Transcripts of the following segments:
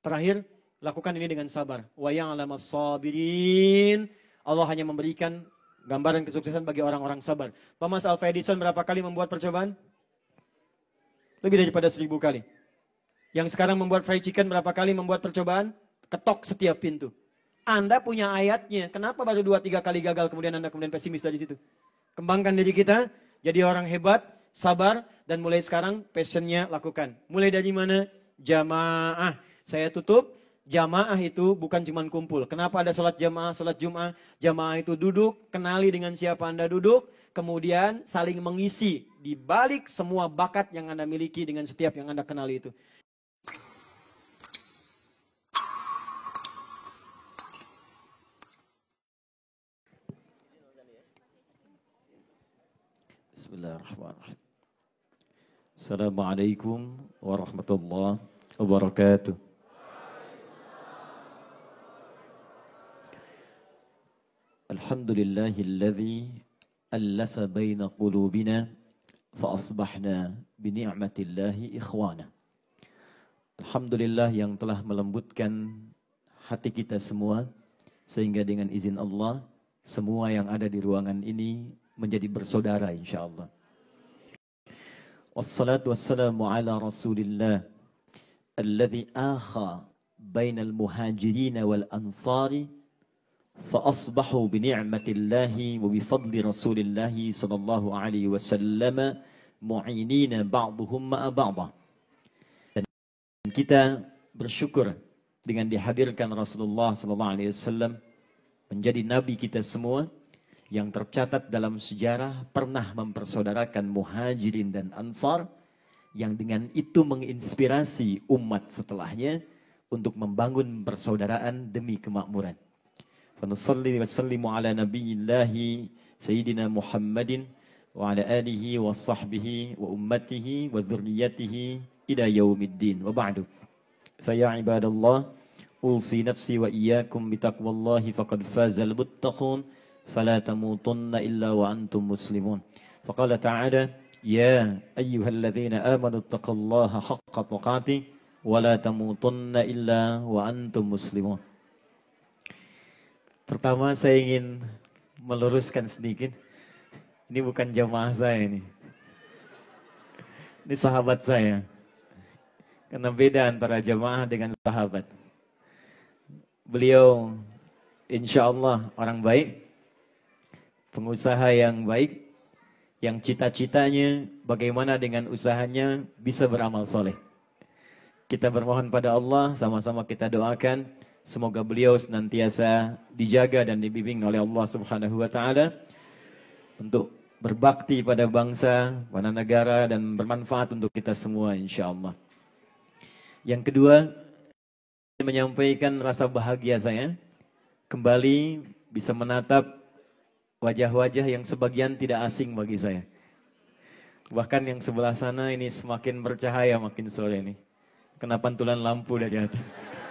Terakhir, lakukan ini dengan sabar. Wa ya'lamas sabirin. Allah hanya memberikan gambaran kesuksesan bagi orang-orang sabar. Thomas Alva Edison berapa kali membuat percobaan? Lebih daripada 1000 kali. Yang sekarang membuat fried chicken berapa kali membuat percobaan? Ketok setiap pintu. Anda punya ayatnya. Kenapa baru 2-3 kali gagal kemudian Anda kemudian pesimis dari situ? Kembangkan diri kita, jadi orang hebat, sabar, dan mulai sekarang passionnya lakukan. Mulai dari mana? Jamaah. Saya tutup, jamaah itu bukan cuma kumpul. Kenapa ada sholat jamaah, sholat Jum'ah? Jamaah itu duduk, kenali dengan siapa Anda duduk, kemudian saling mengisi di balik semua bakat yang Anda miliki dengan setiap yang Anda kenali itu. Bismillahirrahmanirrahim. Assalamualaikum warahmatullahi wabarakatuh. Alhamdulillahilladzi allafa baina qulubina fa asbahna bi ni'matillahi ikhwana. Alhamdulillah yang telah melembutkan hati kita semua sehingga dengan izin Allah semua yang ada di ruangan ini menjadi bersaudara insyaallah. Wassalatu wassalamu ala Rasulillah alladzi akha bainal muhajirin wal ansari فأصبحوا بنعمة الله وبفضل رسول الله صلى الله عليه وسلم معينين بعضهم مع بعض. Dan kita bersyukur dengan dihadirkan Rasulullah sallallahu alaihi wasallam menjadi nabi kita semua yang tercatat dalam sejarah pernah mempersaudarakan muhajirin dan ansar yang dengan itu menginspirasi umat setelahnya untuk membangun persaudaraan demi kemakmuran. فنصلي وسلم على نبي الله سيدنا محمد وعلى آله وصحبه وأمته وذريته إلى يوم الدين وبعد فيا عباد الله أوصي نفسي وإياكم بتقوى الله فقد فاز المتقون فلا تموتن إلا وأنتم مسلمون فقال تعالى يا أيها الذين آمنوا اتقوا الله حق تقاته ولا تموتن إلا وأنتم مسلمون. Pertama saya ingin meluruskan sedikit. Ini bukan jamaah saya ini. Ini sahabat saya. Karena beda antara jamaah dengan sahabat. Beliau insya Allah orang baik. Pengusaha yang baik. Yang cita-citanya bagaimana dengan usahanya bisa beramal soleh. Kita bermohon pada Allah, sama-sama kita doakan. Semoga beliau senantiasa dijaga dan dibimbing oleh Allah Subhanahu wa taala untuk berbakti pada bangsa, pada negara dan bermanfaat untuk kita semua insyaallah. Yang kedua, saya menyampaikan rasa bahagia saya kembali bisa menatap wajah-wajah yang sebagian tidak asing bagi saya. Bahkan yang sebelah sana ini semakin bercahaya makin sore ini. Kena pantulan lampu dari atas.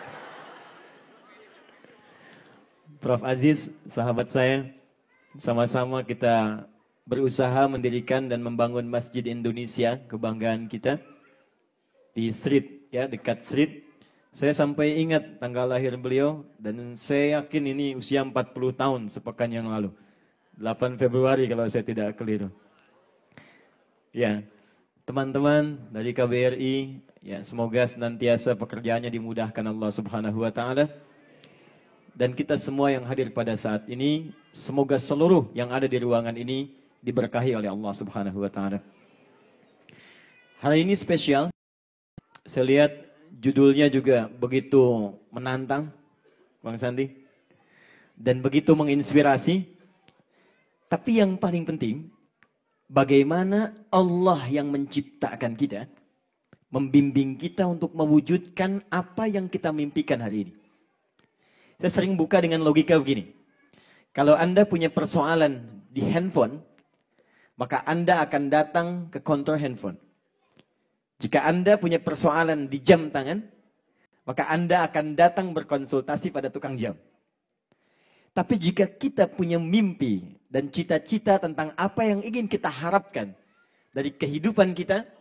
Prof. Aziz, sahabat saya, sama-sama kita berusaha mendirikan dan membangun Masjid Indonesia, kebanggaan kita, di Street, ya, dekat Street. Saya sampai ingat tanggal lahir beliau, dan saya yakin ini usia 40 tahun sepekan yang lalu. 8 Februari kalau saya tidak keliru. Ya, teman-teman dari KBRI, ya, semoga senantiasa pekerjaannya dimudahkan Allah Subhanahu wa taala. Dan kita semua yang hadir pada saat ini, semoga seluruh yang ada di ruangan ini diberkahi oleh Allah Subhanahu wa taala. Hari ini spesial. Saya lihat judulnya juga begitu menantang, Bang Sandi. Dan begitu menginspirasi. Tapi yang paling penting, bagaimana Allah yang menciptakan kita, membimbing kita untuk mewujudkan apa yang kita mimpikan hari ini. Saya sering buka dengan logika begini. Kalau Anda punya persoalan di handphone, maka Anda akan datang ke counter handphone. Jika Anda punya persoalan di jam tangan, maka Anda akan datang berkonsultasi pada tukang jam. Tapi jika kita punya mimpi dan cita-cita tentang apa yang ingin kita harapkan dari kehidupan kita,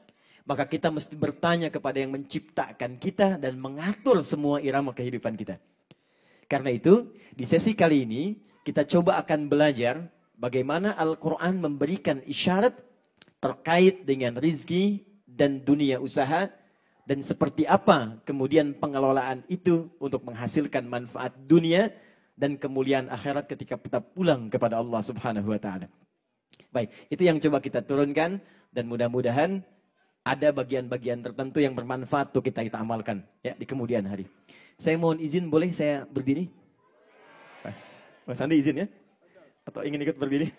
Maka kita mesti bertanya kepada yang menciptakan kita dan mengatur semua irama kehidupan kita. Karena itu, di sesi kali ini, kita coba akan belajar bagaimana Al-Quran memberikan isyarat terkait dengan rizki dan dunia usaha, dan seperti apa kemudian pengelolaan itu untuk menghasilkan manfaat dunia dan kemuliaan akhirat ketika kita pulang kepada Allah Subhanahu wa Ta'ala. Baik, itu yang coba kita turunkan, dan mudah-mudahan ada bagian-bagian tertentu yang bermanfaat untuk kita amalkan ya di kemudian hari. Saya mohon izin, boleh saya berdiri? Mas Andi izin ya? Atau ingin ikut berdiri?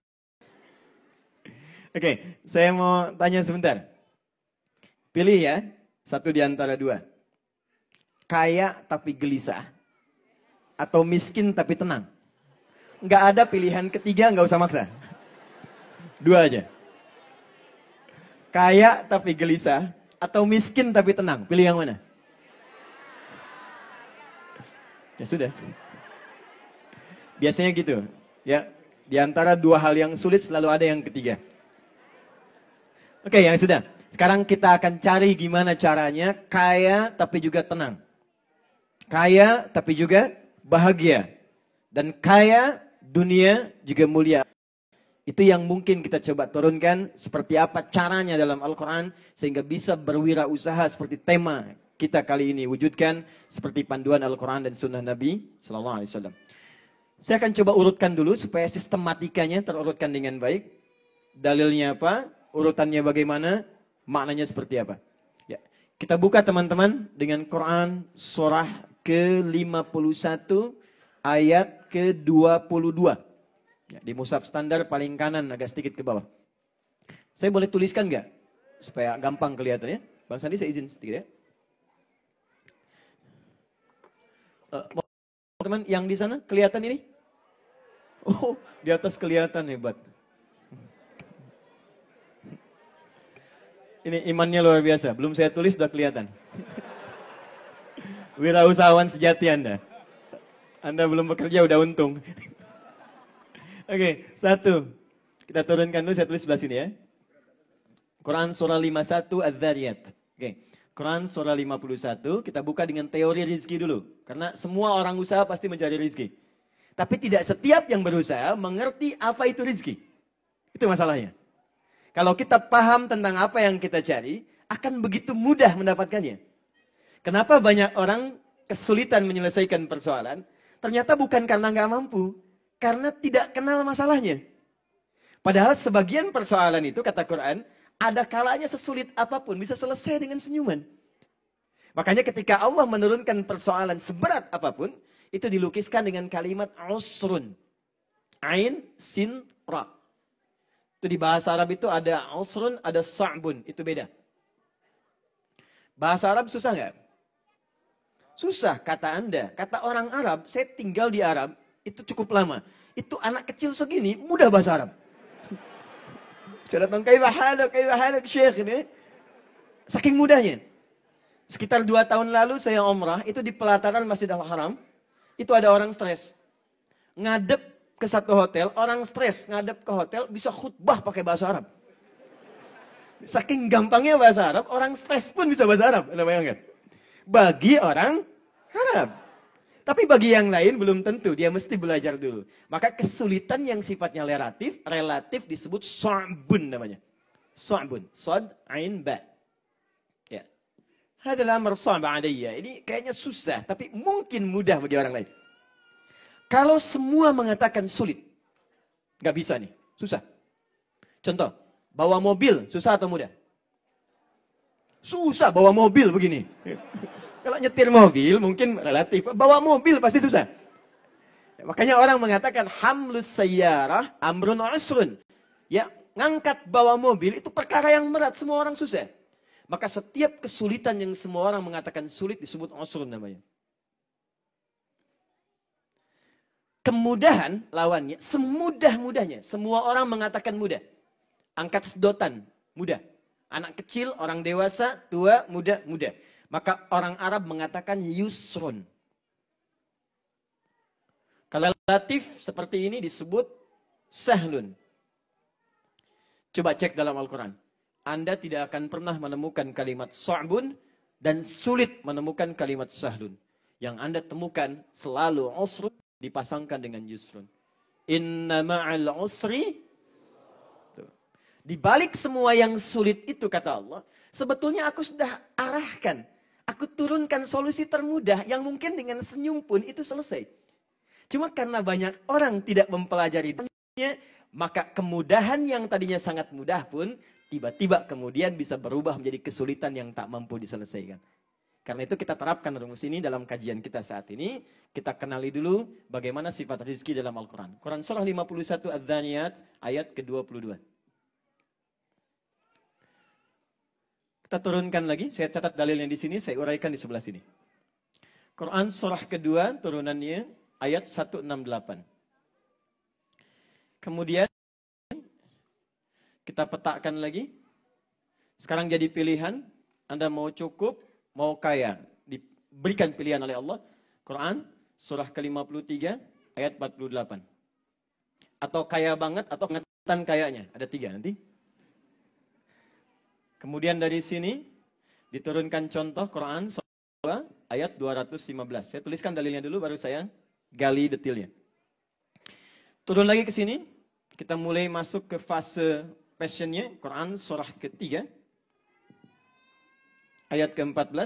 Oke, saya mau tanya sebentar. Pilih ya, satu di antara dua. Kaya tapi gelisah, atau miskin tapi tenang. Nggak ada pilihan ketiga, nggak usah maksa. Dua aja. Kaya tapi gelisah, atau miskin tapi tenang. Pilih yang mana? Ya sudah. Biasanya gitu. Ya, di antara dua hal yang sulit selalu ada yang ketiga. Oke, yang sudah. Sekarang kita akan cari gimana caranya kaya tapi juga tenang. Kaya tapi juga bahagia. Dan kaya dunia juga mulia. Itu yang mungkin kita coba turunkan seperti apa caranya dalam Al-Quran sehingga bisa berwirausaha seperti tema kita kali ini wujudkan seperti panduan Al-Quran dan Sunnah Nabi Sallallahu Alaihi Wasallam. Saya akan coba urutkan dulu supaya sistematikanya terurutkan dengan baik. Dalilnya apa? Urutannya bagaimana? Maknanya seperti apa? Ya, kita buka teman-teman dengan Quran surah ke-51 ayat ke-22. Ya, di mushaf standar paling kanan agak sedikit ke bawah. Saya boleh tuliskan nggak? Supaya gampang kelihatannya. Bang Sandi saya izin sedikit ya. Teman yang di sana kelihatan ini? Oh, di atas kelihatan hebat. Ini imannya luar biasa. Belum saya tulis sudah kelihatan. Wirausahawan sejati Anda. Anda belum bekerja udah untung. Oke, satu. Kita turunkan dulu, saya tulis sebelah sini ya. Quran surah 51 Az-Zariyat. Oke, Quran surah 51, kita buka dengan teori rizki dulu. Karena semua orang usaha pasti mencari rizki. Tapi tidak setiap yang berusaha mengerti apa itu rizki. Itu masalahnya. Kalau kita paham tentang apa yang kita cari, akan begitu mudah mendapatkannya. Kenapa banyak orang kesulitan menyelesaikan persoalan? Ternyata bukan karena nggak mampu. Karena tidak kenal masalahnya. Padahal sebagian persoalan itu, kata Quran, ada kalanya sesulit apapun bisa selesai dengan senyuman. Makanya ketika Allah menurunkan persoalan seberat apapun, itu dilukiskan dengan kalimat usrun. Ain, sin, ra. Itu di bahasa Arab itu ada usrun, ada sa'bun. Itu beda. Bahasa Arab susah nggak? Susah, kata Anda. Kata orang Arab, saya tinggal di Arab, itu cukup lama. Itu anak kecil segini, mudah bahasa Arab. Saya datang, kaifa halak syekh ini. Saking mudahnya. Sekitar 2 tahun lalu saya umrah, itu di pelataran Masjidil Haram. Itu ada orang stres. Ngadep ke satu hotel, orang stres ngadep ke hotel, bisa khutbah pakai bahasa Arab. Saking gampangnya bahasa Arab, orang stres pun bisa bahasa Arab. Anda bayangkan? Bagi orang Arab. Tapi bagi yang lain belum tentu, dia mesti belajar dulu. Maka kesulitan yang sifatnya relatif disebut sa'bun namanya. Sa'bun, sad, ain, ba. Ya. Hadzal amr sa'b 'alayya. Ini kayaknya susah, tapi mungkin mudah bagi orang lain. Kalau semua mengatakan sulit, nggak bisa nih, susah. Contoh, bawa mobil, susah atau mudah? Susah bawa mobil begini. Kalau nyetir mobil mungkin relatif, bawa mobil pasti susah. Makanya orang mengatakan hamlus sayyarah amrun usrun. Ya, ngangkat bawa mobil itu perkara yang berat, semua orang susah. Maka setiap kesulitan yang semua orang mengatakan sulit disebut usrun namanya. Kemudahan lawannya, semudah-mudahnya. Semua orang mengatakan mudah. Angkat sedotan, mudah. Anak kecil, orang dewasa, tua, muda, mudah. Maka orang Arab mengatakan yusrun. Kalau relatif seperti ini disebut sahlun. Coba cek dalam Al-Quran. Anda tidak akan pernah menemukan kalimat sa'bun dan sulit menemukan kalimat sahlun. Yang Anda temukan selalu usrun dipasangkan dengan yusrun. Inna ma'al usri. Di balik semua yang sulit itu kata Allah, sebetulnya aku sudah arahkan. Aku turunkan solusi termudah yang mungkin dengan senyum pun itu selesai. Cuma karena banyak orang tidak mempelajari dunia, maka kemudahan yang tadinya sangat mudah pun tiba-tiba kemudian bisa berubah menjadi kesulitan yang tak mampu diselesaikan. Karena itu kita terapkan rumus ini dalam kajian kita saat ini. Kita kenali dulu bagaimana sifat rizki dalam Al-Quran. Quran surah 51 Adz-Dzariyat ayat ke-22. Kita turunkan lagi, saya catat dalilnya di sini, saya uraikan di sebelah sini. Quran surah kedua, turunannya ayat 168. Kemudian kita petakan lagi. Sekarang jadi pilihan, Anda mau cukup, mau kaya. Diberikan pilihan oleh Allah. Quran surah ke-53 ayat 48. Atau kaya banget, atau ngetan kayanya. Ada 3 nanti. Kemudian dari sini diturunkan contoh Quran surah ayat 215. Saya tuliskan dalilnya dulu baru saya gali detailnya. Turun lagi ke sini, kita mulai masuk ke fase passionnya. Quran surah ketiga ayat ke-14.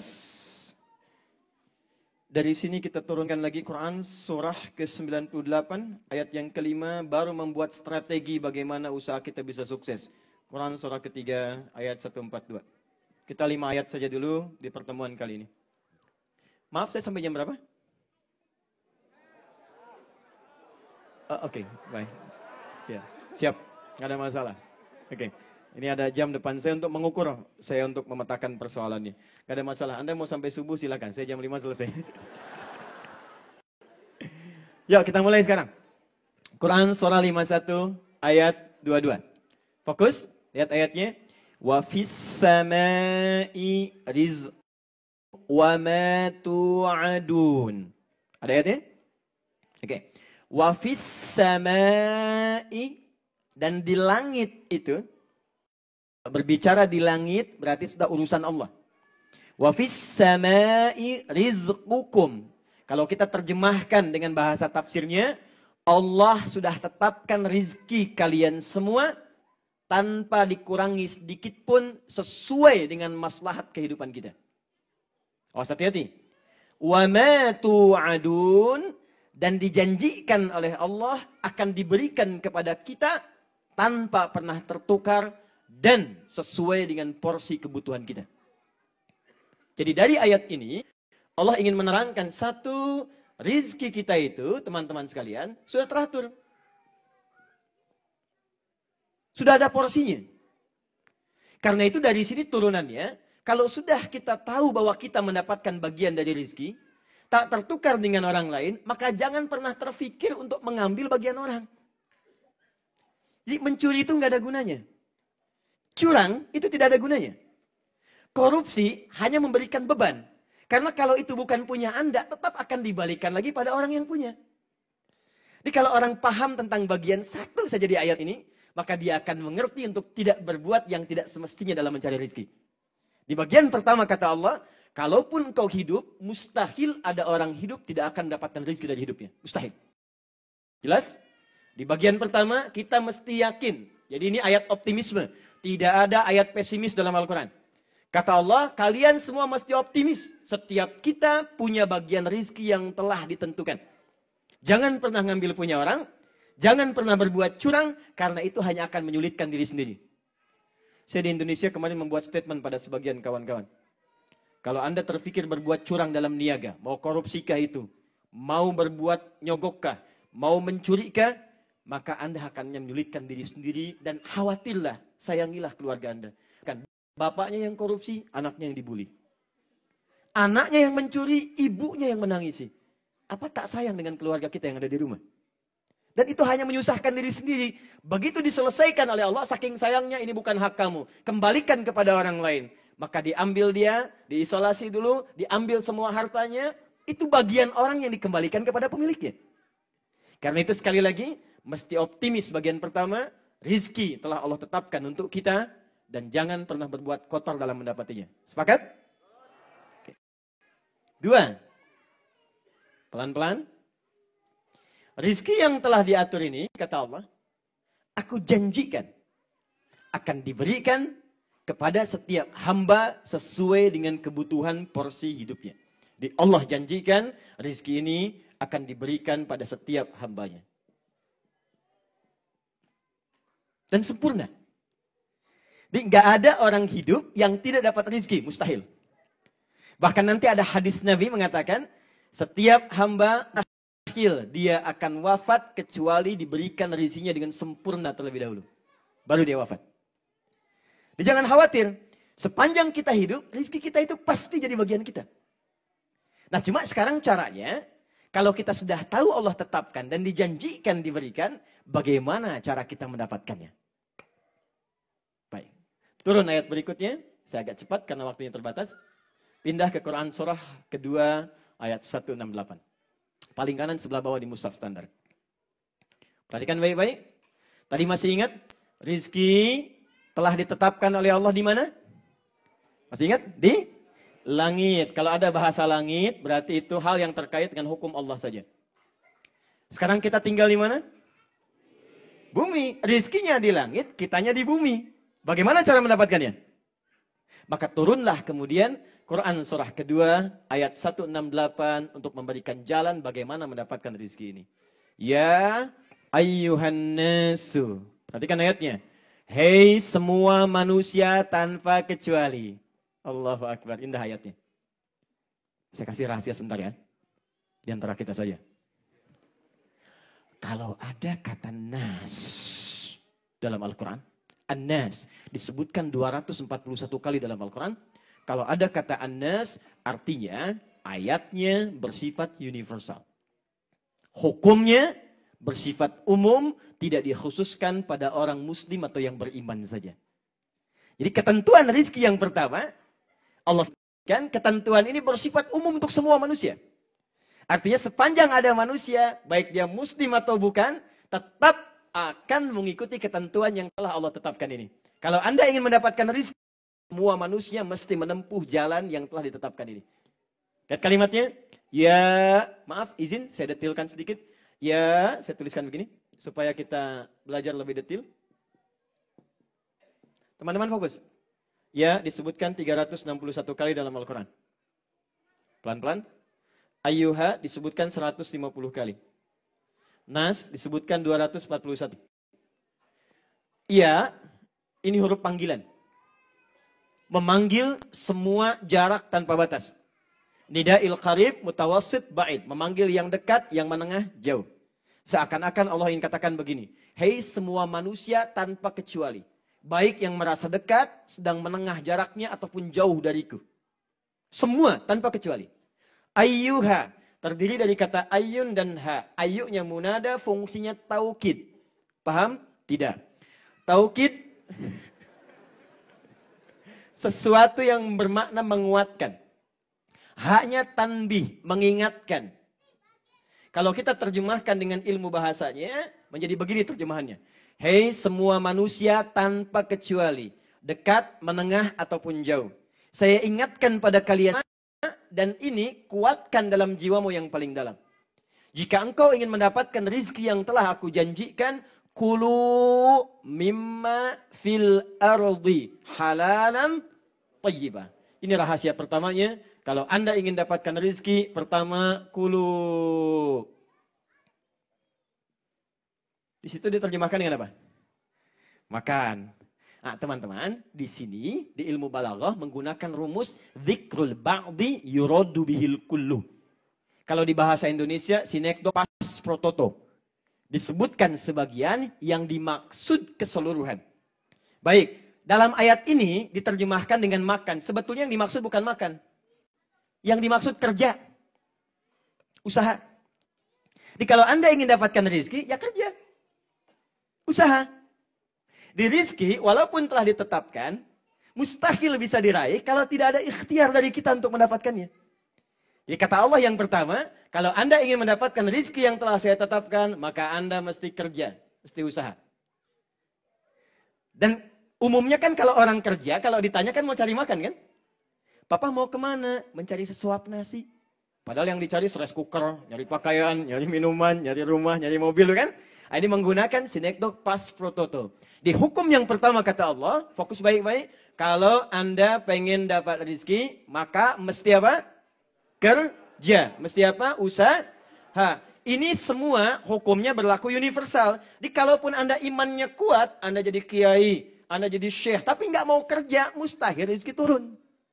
Dari sini kita turunkan lagi Quran surah ke-98 ayat yang kelima, baru membuat strategi bagaimana usaha kita bisa sukses. Quran surah ketiga ayat 142. Kita 5 ayat saja dulu di pertemuan kali ini. Maaf, saya sampai jam berapa? Oke, baik. Ya, siap, nggak ada masalah. Oke, ini ada jam depan saya untuk mengukur, saya untuk memetakan persoalannya. Nggak ada masalah. Anda mau sampai subuh silakan. Saya jam 5 selesai. Yuk kita mulai sekarang. Quran surah 51 ayat 22. Fokus. Lihat ayatnya. Wa fis samai rizq wa ma tu'adun. Ada ayatnya? Oke. Wa fis samai, dan di langit itu, berbicara di langit berarti sudah urusan Allah. Wa fis samai rizqukum. Kalau kita terjemahkan dengan bahasa tafsirnya, Allah sudah tetapkan rizki kalian semua tanpa dikurangi sedikit pun sesuai dengan maslahat kehidupan kita. Awas hati-hati. Wa ma tu'adun, dan dijanjikan oleh Allah akan diberikan kepada kita tanpa pernah tertukar dan sesuai dengan porsi kebutuhan kita. Jadi dari ayat ini Allah ingin menerangkan satu, rizki kita itu teman-teman sekalian sudah teratur. Sudah ada porsinya. Karena itu dari sini turunannya, kalau sudah kita tahu bahwa kita mendapatkan bagian dari rizki, tak tertukar dengan orang lain, maka jangan pernah terfikir untuk mengambil bagian orang. Jadi mencuri itu nggak ada gunanya. Curang itu tidak ada gunanya. Korupsi hanya memberikan beban. Karena kalau itu bukan punya Anda, tetap akan dibalikan lagi pada orang yang punya. Jadi kalau orang paham tentang bagian satu saja di ayat ini, maka dia akan mengerti untuk tidak berbuat yang tidak semestinya dalam mencari rezeki. Di bagian pertama kata Allah, kalaupun kau hidup, mustahil ada orang hidup tidak akan mendapatkan rezeki dari hidupnya. Mustahil. Jelas? Di bagian pertama, kita mesti yakin. Jadi ini ayat optimisme. Tidak ada ayat pesimis dalam Al-Quran. Kata Allah, kalian semua mesti optimis. Setiap kita punya bagian rezeki yang telah ditentukan. Jangan pernah ngambil punya orang. Jangan pernah berbuat curang, karena itu hanya akan menyulitkan diri sendiri. Saya di Indonesia kemarin membuat statement pada sebagian kawan-kawan. Kalau Anda terpikir berbuat curang dalam niaga, mau korupsikah itu, mau berbuat nyogokkah, mau mencurikah, maka Anda akan menyulitkan diri sendiri, dan khawatirlah, sayangilah keluarga Anda. Kan bapaknya yang korupsi, anaknya yang dibully. Anaknya yang mencuri, ibunya yang menangisi. Apa tak sayang dengan keluarga kita yang ada di rumah? Dan itu hanya menyusahkan diri sendiri. Begitu diselesaikan oleh Allah, saking sayangnya ini bukan hak kamu. Kembalikan kepada orang lain. Maka diambil dia, diisolasi dulu, diambil semua hartanya. Itu bagian orang yang dikembalikan kepada pemiliknya. Karena itu sekali lagi, mesti optimis bagian pertama. Rizki telah Allah tetapkan untuk kita. dan jangan pernah berbuat kotor dalam mendapatinya. Sepakat? Oke. 2. Pelan-pelan. Rizki yang telah diatur ini, kata Allah, aku janjikan akan diberikan kepada setiap hamba sesuai dengan kebutuhan porsi hidupnya. Jadi Allah janjikan rizki ini akan diberikan pada setiap hambanya. Dan sempurna. Jadi nggak ada orang hidup yang tidak dapat rizki, mustahil. Bahkan nanti ada hadis Nabi mengatakan, setiap hamba akhir dia akan wafat kecuali diberikan rizkinya dengan sempurna terlebih dahulu. Baru dia wafat. Jadi jangan khawatir, sepanjang kita hidup, rizki kita itu pasti jadi bagian kita. Nah cuma sekarang caranya, kalau kita sudah tahu Allah tetapkan dan dijanjikan diberikan, bagaimana cara kita mendapatkannya? Baik, turun ayat berikutnya, saya agak cepat karena waktunya terbatas. Pindah ke Quran surah kedua ayat 168. Paling kanan sebelah bawah di mushaf standar. Perhatikan baik-baik. Tadi masih ingat? Rizki telah ditetapkan oleh Allah di mana? Masih ingat? Di langit. Kalau ada bahasa langit, berarti itu hal yang terkait dengan hukum Allah saja. Sekarang kita tinggal di mana? Bumi. Rizkinya di langit, kitanya di bumi. Bagaimana cara mendapatkannya? Maka turunlah kemudian Quran surah kedua ayat 168 untuk memberikan jalan bagaimana mendapatkan rizki ini. Ya ayyuhan nasu. Perhatikan ayatnya. Hei semua manusia tanpa kecuali. Allahu Akbar. Indah ayatnya. Saya kasih rahasia sebentar ya. Di antara kita saja. Kalau ada kata nas dalam Al-Quran. An-nas disebutkan 241 kali dalam Al-Quran. Kalau ada kata an-nas, artinya ayatnya bersifat universal. Hukumnya bersifat umum, tidak dikhususkan pada orang muslim atau yang beriman saja. Jadi ketentuan rizki yang pertama, Allah sebutkan ketentuan ini bersifat umum untuk semua manusia. Artinya sepanjang ada manusia, baik dia muslim atau bukan, tetap akan mengikuti ketentuan yang telah Allah tetapkan ini. Kalau Anda ingin mendapatkan rizki, semua manusia mesti menempuh jalan yang telah ditetapkan ini. Lihat kalimatnya. Ya, maaf, izin saya detilkan sedikit. Ya, saya tuliskan begini. Supaya kita belajar lebih detil. Teman-teman fokus. Ya, disebutkan 361 kali dalam Al-Quran. Pelan-pelan. Ayyuha disebutkan 150 kali. Nas disebutkan 241. Iya, ini huruf panggilan. Memanggil semua jarak tanpa batas. Nida'il qarib, mutawassit, ba'id. Memanggil yang dekat, yang menengah, jauh. Seakan-akan Allah ingin katakan begini. Hei semua manusia tanpa kecuali. Baik yang merasa dekat, sedang menengah jaraknya, ataupun jauh dariku. Semua tanpa kecuali. Ayyuha. Terdiri dari kata ayyun dan ha. Ayyunya munada, fungsinya taukid. Paham? Tidak. Taukid sesuatu yang bermakna menguatkan. Haknya tanbih, mengingatkan. Kalau kita terjemahkan dengan ilmu bahasanya, menjadi begini terjemahannya. Hei semua manusia tanpa kecuali. Dekat, menengah, ataupun jauh. Saya ingatkan pada kalian, dan ini kuatkan dalam jiwamu yang paling dalam. Jika engkau ingin mendapatkan rizki yang telah aku janjikan, kulu mimma fil ardi halalan tayyibah. Ini rahasia pertamanya. Kalau Anda ingin dapatkan rizki, pertama kulu. Di situ diterjemahkan dengan apa? Makan. Nah, teman-teman, di sini di ilmu balaghah menggunakan rumus dzikrul ba'di yuradu bihil kullu. Kalau di bahasa Indonesia sinekdo pas prototo. Disebutkan sebagian yang dimaksud keseluruhan. Baik, dalam ayat ini diterjemahkan dengan makan. Sebetulnya yang dimaksud bukan makan. Yang dimaksud kerja. Usaha. Jadi kalau Anda ingin dapatkan rezeki, ya kerja. Usaha. Di rezeki, walaupun telah ditetapkan, mustahil bisa diraih kalau tidak ada ikhtiar dari kita untuk mendapatkannya. Jadi kata Allah yang pertama, kalau Anda ingin mendapatkan rizki yang telah saya tetapkan, maka Anda mesti kerja, mesti usaha. Dan Umumnya kan kalau orang kerja, kalau ditanya kan mau cari makan kan? Papa mau kemana? Mencari sesuap nasi. Padahal yang dicari rice cooker, nyari pakaian, nyari minuman, nyari rumah, nyari mobil kan? Ini menggunakan sinekdok pas prototo. Di hukum yang pertama kata Allah, fokus baik-baik. Kalau Anda pengen dapat rezeki, maka mesti apa? Kerja. Mesti apa? Usaha. Ini semua hukumnya berlaku universal. Jadi kalaupun Anda imannya kuat, Anda jadi kiai, Anda jadi syekh, tapi nggak mau kerja, mustahil rezeki turun.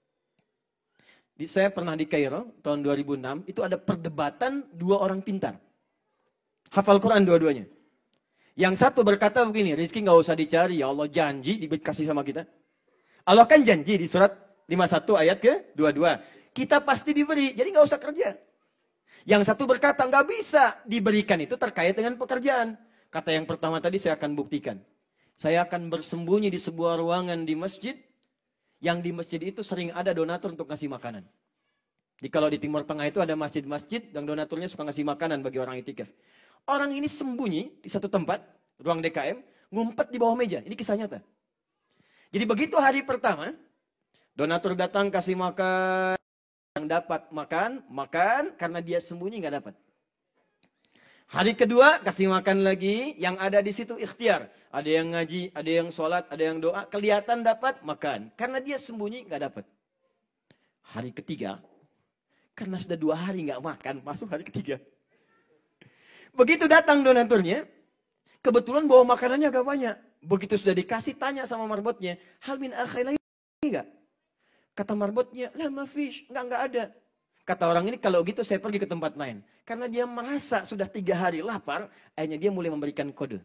Saya pernah di Kairo tahun 2006, itu ada perdebatan dua orang pintar. Hafal Quran dua-duanya. Yang satu berkata begini, rezeki nggak usah dicari, ya Allah janji dikasih sama kita. Allah kan janji di surat 51 ayat ke-22. Kita pasti diberi, jadi nggak usah kerja. Yang satu berkata, nggak bisa diberikan itu terkait dengan pekerjaan. Kata yang pertama tadi saya akan buktikan. Saya akan bersembunyi di sebuah ruangan di masjid, yang di masjid itu sering ada donatur untuk ngasih makanan. Jadi kalau di Timur Tengah itu ada masjid-masjid, yang donaturnya suka ngasih makanan bagi orang itikaf. Orang ini sembunyi di satu tempat, ruang DKM, ngumpet di bawah meja. Ini kisah nyata. Jadi begitu hari pertama, donatur datang kasih makan. Yang dapat makan, karena dia sembunyi nggak dapat. Hari kedua kasih makan lagi, yang ada di situ ikhtiar. Ada yang ngaji, ada yang sholat, ada yang doa, kelihatan dapat makan. Karena dia sembunyi nggak dapat. Hari ketiga, karena sudah 2 hari nggak makan, masuk hari ketiga. Begitu datang donaturnya, kebetulan bawa makanannya agak banyak. Begitu sudah dikasih, tanya sama marbotnya, hal min akhir lagi nggak? Kata marbotnya, lah mafish, enggak ada. Kata orang ini, kalau gitu saya pergi ke tempat lain. Karena dia merasa sudah 3 hari lapar, akhirnya dia mulai memberikan kode.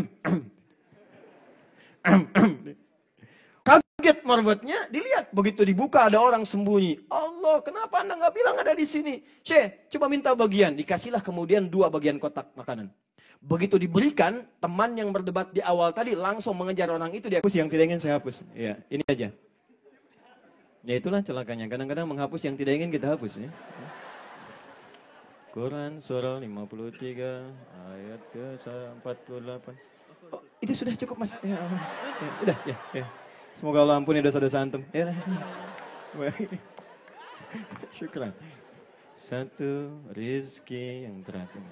Kaget marbotnya, dilihat. Begitu dibuka ada orang sembunyi. Allah, kenapa Anda nggak bilang ada di sini? Syekh, coba minta bagian. Dikasihlah kemudian 2 bagian kotak makanan. Begitu diberikan, teman yang berdebat di awal tadi langsung mengejar orang itu. Dia hapus yang tidak ingin saya hapus. Ya, ini aja. Ya itulah celakanya. Kadang-kadang menghapus yang tidak ingin kita hapus ya. Quran surah 53 ayat ke-48. Oh, itu sudah cukup Mas. Ya, udah ya. Semoga Allah ampuni dosa-dosa antum. Ya. Syukran. 1 rizki yang teratur.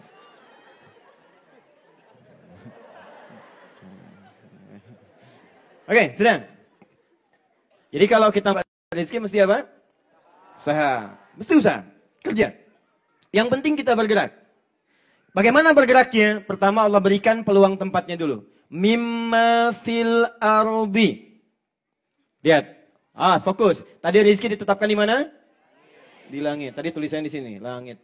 Oke, sudah. Jadi kalau kita rezeki mesti apa? Usaha. Mesti usaha. Kerja. Yang penting kita bergerak. Bagaimana bergeraknya? Pertama Allah berikan peluang tempatnya dulu. Mimma fil ardi. Lihat. Fokus. Tadi rezeki ditetapkan di mana? Di langit. Tadi tulisannya di sini. Langit.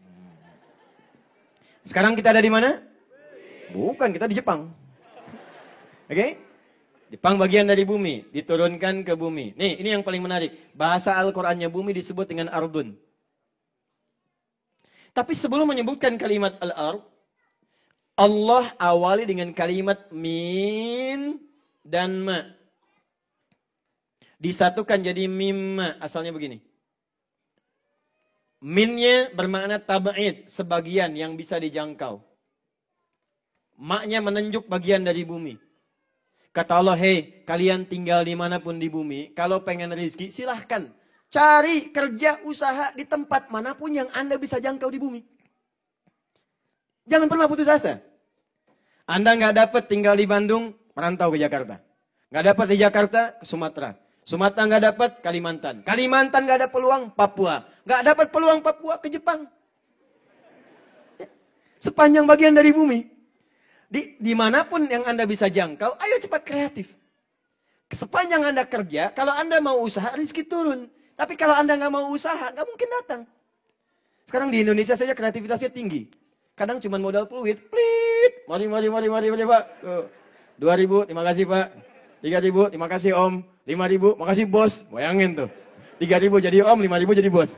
Sekarang kita ada di mana? Bukan, kita di Jepang. Oke? Jepang bagian dari bumi, diturunkan ke bumi. Nih, ini yang paling menarik. Bahasa Al-Qur'annya bumi disebut dengan ardun. Tapi sebelum menyebutkan kalimat al-ard, Allah awali dengan kalimat min dan ma. Disatukan jadi mimma, asalnya begini. Minnya bermakna tab'id, sebagian yang bisa dijangkau. Maknya menunjuk bagian dari bumi. Kata Allah, hei kalian tinggal dimanapun di bumi, kalau pengen rezeki silahkan. Cari kerja usaha di tempat manapun yang Anda bisa jangkau di bumi. Jangan pernah putus asa. Anda nggak dapat tinggal di Bandung, merantau ke Jakarta. Nggak dapat di Jakarta, ke Sumatera. Sumatera nggak dapat, Kalimantan. Kalimantan nggak ada peluang, Papua. Nggak dapat peluang Papua, ke Jepang. Sepanjang bagian dari bumi. Dimanapun yang Anda bisa jangkau, ayo cepat kreatif. Sepanjang Anda kerja, kalau Anda mau usaha, rezeki turun. Tapi kalau Anda nggak mau usaha, nggak mungkin datang. Sekarang di Indonesia saja kreativitasnya tinggi. Kadang cuma modal fluid, plit. Mari Pak. 2.000, terima kasih Pak. 3.000, terima kasih Om. 5.000, makasih Bos. Bayangin tuh. 3.000 jadi Om, 5.000 jadi Bos.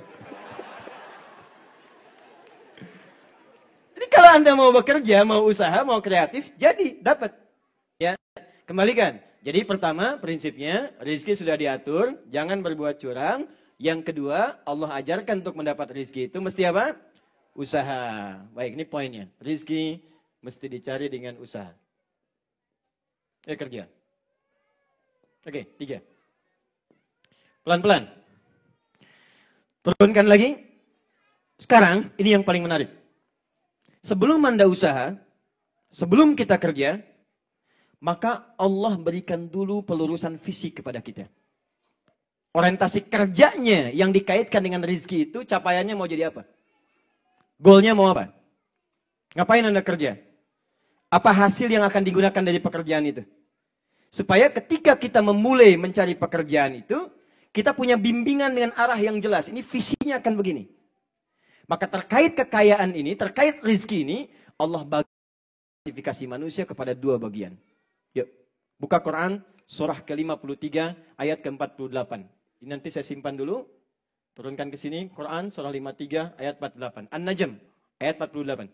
Jadi kalau Anda mau bekerja, mau usaha, mau kreatif, jadi dapat. Ya, kembalikan. Jadi pertama prinsipnya rezeki sudah diatur, jangan berbuat curang. Yang kedua, Allah ajarkan untuk mendapat rezeki itu mesti apa? Usaha. Baik, ini poinnya. Rezeki mesti dicari dengan usaha. Kerja. Oke, 3. Pelan-pelan. Turunkan lagi. Sekarang, ini yang paling menarik. Sebelum Anda usaha, sebelum kita kerja, maka Allah berikan dulu pelurusan fisik kepada kita. Orientasi kerjanya yang dikaitkan dengan rezeki itu, capaiannya mau jadi apa? Goalnya mau apa? Ngapain Anda kerja? Apa hasil yang akan digunakan dari pekerjaan itu? Supaya ketika kita memulai mencari pekerjaan itu, kita punya bimbingan dengan arah yang jelas. Ini visinya akan begini. Maka terkait kekayaan ini, terkait rezeki ini, Allah bagi klasifikasi manusia kepada 2 bagian. Yuk, buka Quran, surah ke-53, ayat ke-48. Ini nanti saya simpan dulu. Turunkan ke sini, Quran, surah 53, ayat 48. An-Najm, ayat 48.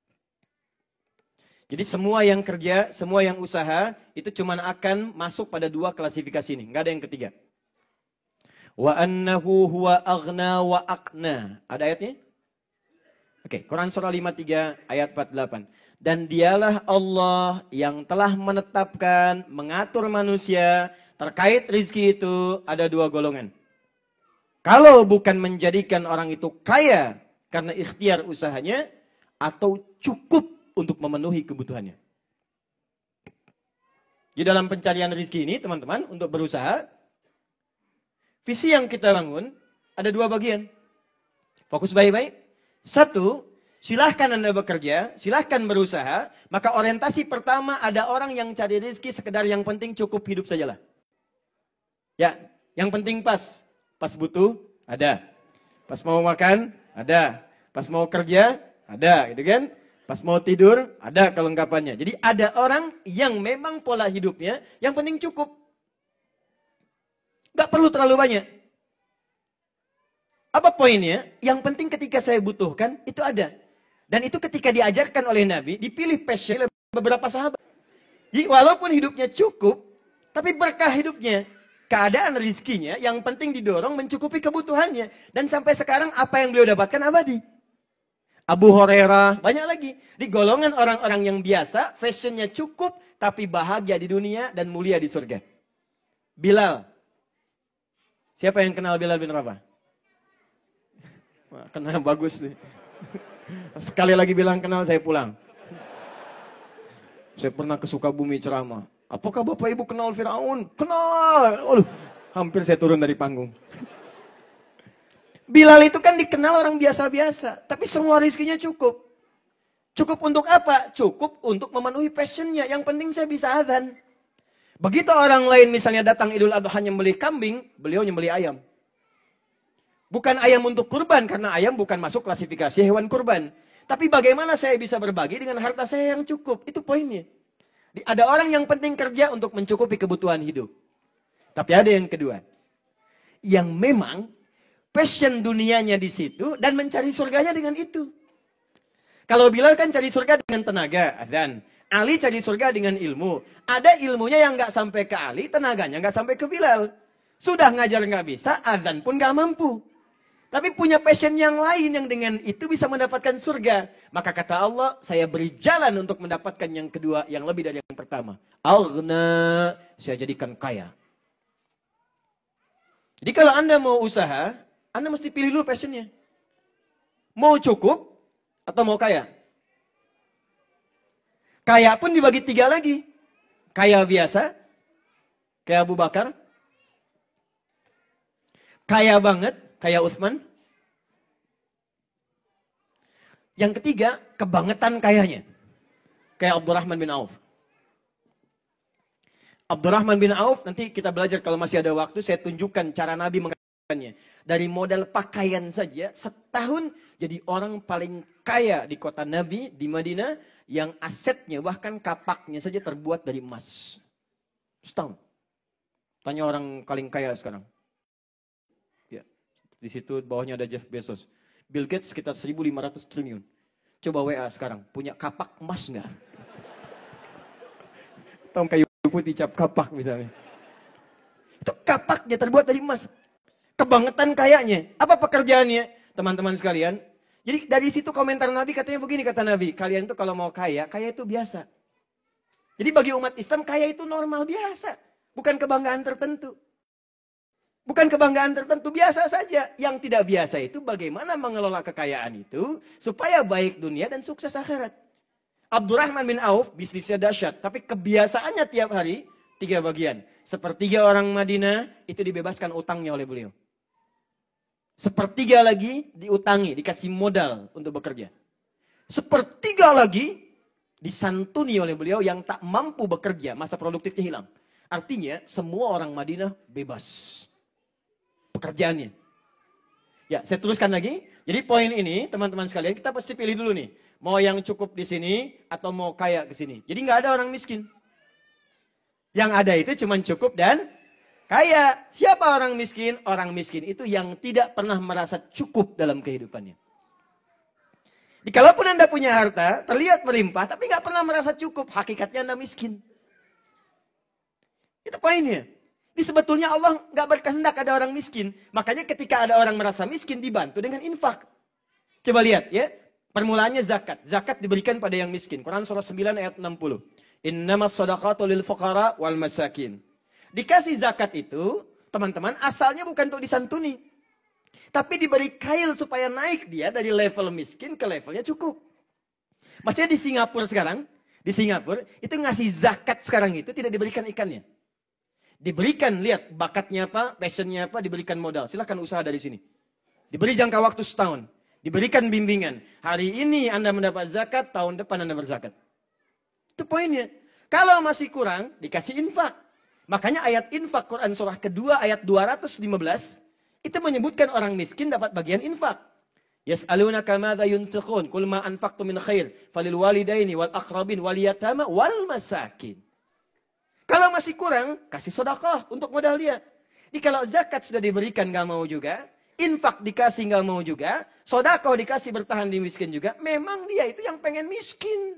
Jadi semua yang kerja, semua yang usaha, itu cuma akan masuk pada 2 klasifikasi ini. Nggak ada yang ketiga. Wa annahu huwa aghna wa aqna. Ada ayatnya? Oke, Quran surah 53 ayat 48. Dan dialah Allah yang telah menetapkan, mengatur manusia terkait rezeki itu ada 2 golongan. Kalau bukan menjadikan orang itu kaya karena ikhtiar usahanya atau cukup untuk memenuhi kebutuhannya. Di dalam pencarian rezeki ini, teman-teman, untuk berusaha, visi yang kita bangun ada 2 bagian. Fokus baik-baik. 1, silahkan Anda bekerja, silahkan berusaha. Maka orientasi pertama ada orang yang cari rezeki sekedar yang penting cukup hidup sajalah. Ya, yang penting pas butuh ada. Pas mau makan ada. Pas mau kerja ada, gitu kan? Pas mau tidur ada kelengkapannya. Jadi ada orang yang memang pola hidupnya yang penting cukup. Gak perlu terlalu banyak. Apa poinnya? Yang penting ketika saya butuhkan, itu ada. Dan itu ketika diajarkan oleh Nabi, dipilih passion oleh beberapa sahabat. Jadi walaupun hidupnya cukup, tapi berkah hidupnya. Keadaan rizkinya, yang penting didorong mencukupi kebutuhannya. Dan sampai sekarang apa yang beliau dapatkan abadi. Abu Hurairah, banyak lagi. Di golongan orang-orang yang biasa, fashionnya cukup, tapi bahagia di dunia dan mulia di surga. Bilal. Siapa yang kenal Bilal bin Rabah? Wah, kenal bagus nih. Sekali lagi bilang kenal, saya pulang. Saya pernah ke Sukabumi ceramah. Apakah Bapak Ibu kenal Firaun? Kenal. Aduh, hampir saya turun dari panggung. Bilal itu kan dikenal orang biasa-biasa. Tapi semua rezekinya cukup. Cukup untuk apa? Cukup untuk memenuhi passionnya. Yang penting saya bisa adzan. Begitu orang lain misalnya datang Idul Adha nyembelih kambing, beliau nyembelih ayam. Bukan ayam untuk kurban, karena ayam bukan masuk klasifikasi hewan kurban. Tapi bagaimana saya bisa berbagi dengan harta saya yang cukup? Itu poinnya. Ada orang yang penting kerja untuk mencukupi kebutuhan hidup. Tapi ada yang kedua. Yang memang passion dunianya di situ dan mencari surganya dengan itu. Kalau Bilal kan cari surga dengan tenaga, adzan. Ali cari surga dengan ilmu. Ada ilmunya yang nggak sampai ke Ali, tenaganya nggak sampai ke Bilal. Sudah ngajar nggak bisa, adzan pun nggak mampu. Tapi punya passion yang lain yang dengan itu bisa mendapatkan surga. Maka kata Allah, saya beri jalan untuk mendapatkan yang kedua, yang lebih dari yang pertama. Aghna, saya jadikan kaya. Jadi kalau Anda mau usaha, Anda mesti pilih dulu passionnya. Mau cukup atau mau kaya? Kaya pun dibagi 3 lagi. Kaya biasa, kayak Abu Bakar. Kaya banget, kayak Utsman. Yang ketiga, kebangetan kayanya. Kayak Abdurrahman bin Auf. Abdurrahman bin Auf, nanti kita belajar kalau masih ada waktu, saya tunjukkan cara Nabi mengatakannya. Dari modal pakaian saja, setahun jadi orang paling kaya di kota Nabi, di Madinah, yang asetnya, bahkan kapaknya saja terbuat dari emas. Setahun. Tanya orang paling kaya sekarang. Ya, di situ bawahnya ada Jeff Bezos. Bill Gates sekitar 1.500 triliun. Coba WA sekarang, punya kapak emas nggak? Tahu kayu putih cap kapak misalnya. Itu kapaknya terbuat dari emas. Kebangetan kayanya. Apa pekerjaannya? Teman-teman sekalian. Jadi dari situ komentar Nabi katanya begini, kata Nabi. Kalian itu kalau mau kaya, kaya itu biasa. Jadi bagi umat Islam kaya itu normal biasa. Bukan kebanggaan tertentu. Bukan kebanggaan tertentu, biasa saja. Yang tidak biasa itu bagaimana mengelola kekayaan itu supaya baik dunia dan sukses akhirat. Abdurrahman bin Auf bisnisnya dahsyat, tapi kebiasaannya tiap hari 3 bagian. Sepertiga orang Madinah itu dibebaskan utangnya oleh beliau. Sepertiga lagi diutangi, dikasih modal untuk bekerja. Sepertiga lagi disantuni oleh beliau yang tak mampu bekerja, masa produktifnya hilang. Artinya semua orang Madinah bebas pekerjaannya. Ya, saya teruskan lagi. Jadi poin ini, teman-teman sekalian, kita pasti pilih dulu nih. Mau yang cukup di sini atau mau kaya ke sini. Jadi nggak ada orang miskin. Yang ada itu cuma cukup dan kaya. Siapa orang miskin? Orang miskin itu yang tidak pernah merasa cukup dalam kehidupannya. Jadi, kalaupun Anda punya harta, terlihat melimpah, tapi nggak pernah merasa cukup. Hakikatnya Anda miskin. Itu poinnya. Jadi sebetulnya Allah nggak berkehendak ada orang miskin. Makanya ketika ada orang merasa miskin, dibantu dengan infak. Coba lihat ya. Permulaannya zakat. Zakat diberikan pada yang miskin. Quran surah 9 ayat 60. Innamas shadaqatu lil fuqara wal masakin. Dikasih zakat itu, teman-teman, asalnya bukan untuk disantuni. Tapi diberi kail supaya naik dia dari level miskin ke levelnya cukup. Maksudnya di Singapura sekarang, itu ngasih zakat sekarang itu tidak diberikan ikannya. Diberikan, lihat bakatnya apa, passionnya apa, diberikan modal. Silahkan usaha dari sini. Diberi jangka waktu setahun. Diberikan bimbingan. Hari ini Anda mendapat zakat, tahun depan Anda berzakat. Itu poinnya. Kalau masih kurang, dikasih infak. Makanya ayat infak Quran surah kedua ayat 215, itu menyebutkan orang miskin dapat bagian infak. Yas'alunaka madza yunfiqun qul ma anfaqtum min khair falil walidaini wal aqrabin wal yatama wal masakin. Kalau masih kurang, kasih sedekah untuk modal dia. Jadi kalau zakat sudah diberikan nggak mau juga, infak dikasih nggak mau juga, sedekah dikasih bertahan di miskin juga, memang dia itu yang pengen miskin.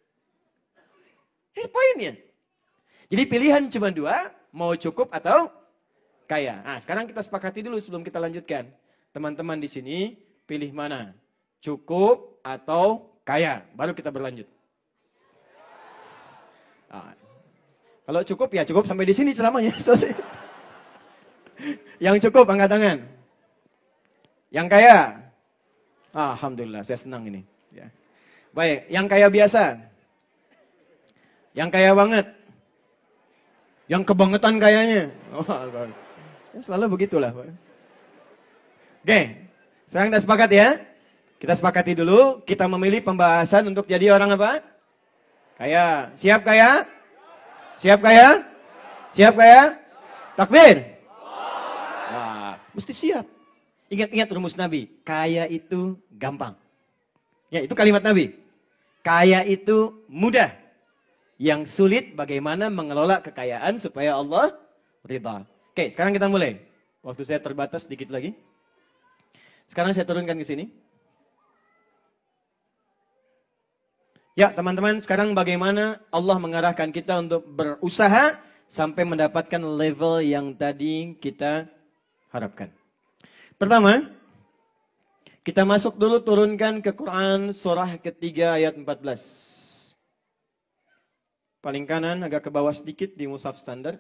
Ini poinnya. Jadi pilihan cuma 2, mau cukup atau kaya. Nah, sekarang kita sepakati dulu sebelum kita lanjutkan. Teman-teman di sini pilih mana? Cukup atau kaya? Baru kita berlanjut. Nah, kalau cukup ya cukup sampai di sini selamanya. Yang cukup angkat tangan. Yang kaya? Alhamdulillah, saya senang ini. Ya. Baik, yang kaya biasa? Yang kaya banget? Yang kebangetan kayanya? Selalu begitulah. Oke, sekarang kita sepakat ya. Kita sepakati dulu, kita memilih pembahasan untuk jadi orang apa? Kaya. Siap kaya? Siap kaya? Siap kaya? Takbir? Wah, mesti siap. Ingat-ingat rumus Nabi. Kaya itu gampang. Ya, itu kalimat Nabi. Kaya itu mudah. Yang sulit bagaimana mengelola kekayaan supaya Allah ridha. Oke, sekarang kita mulai. Waktu saya terbatas sedikit lagi. Sekarang saya turunkan ke sini. Ya teman-teman, sekarang bagaimana Allah mengarahkan kita untuk berusaha sampai mendapatkan level yang tadi kita harapkan. Pertama, kita masuk dulu turunkan ke Quran surah ketiga ayat 14. Paling kanan agak ke bawah sedikit di mushaf standar.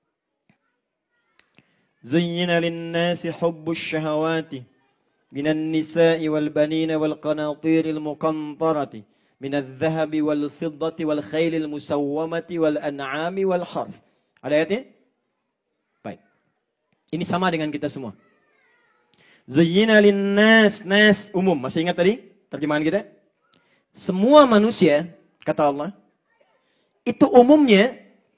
Zuyyina lin-nasi hubbus syahawati minan nisa'i wal banina wal qanatiril muqantarati minadz zahabi wal fiddati wal khailil musawwamati wal an'ami wal harth. Ada ayatnya? Baik. Ini sama dengan kita semua. Zuyyina lin-nas, nas umum. Masih ingat tadi terjemahan kita? Semua manusia, kata Allah, itu umumnya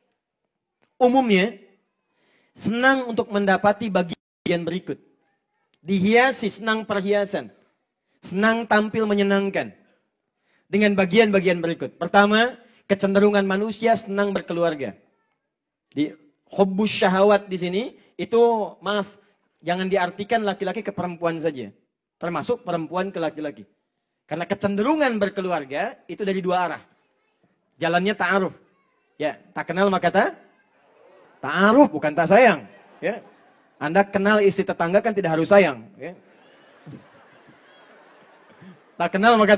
senang untuk mendapati bagian berikut. Dihiasi, senang perhiasan. Senang tampil menyenangkan. Dengan bagian-bagian berikut. Pertama, kecenderungan manusia senang berkeluarga. Di hubbus syahawat di sini, itu maaf, jangan diartikan laki-laki ke perempuan saja. Termasuk perempuan ke laki-laki. Karena kecenderungan berkeluarga, itu dari 2 arah. Jalannya ta'aruf. Ya, tak kenal maka ta'aruf, bukan tak sayang. Ya. Anda kenal istri tetangga kan tidak harus sayang. Ya. Tak kenal maka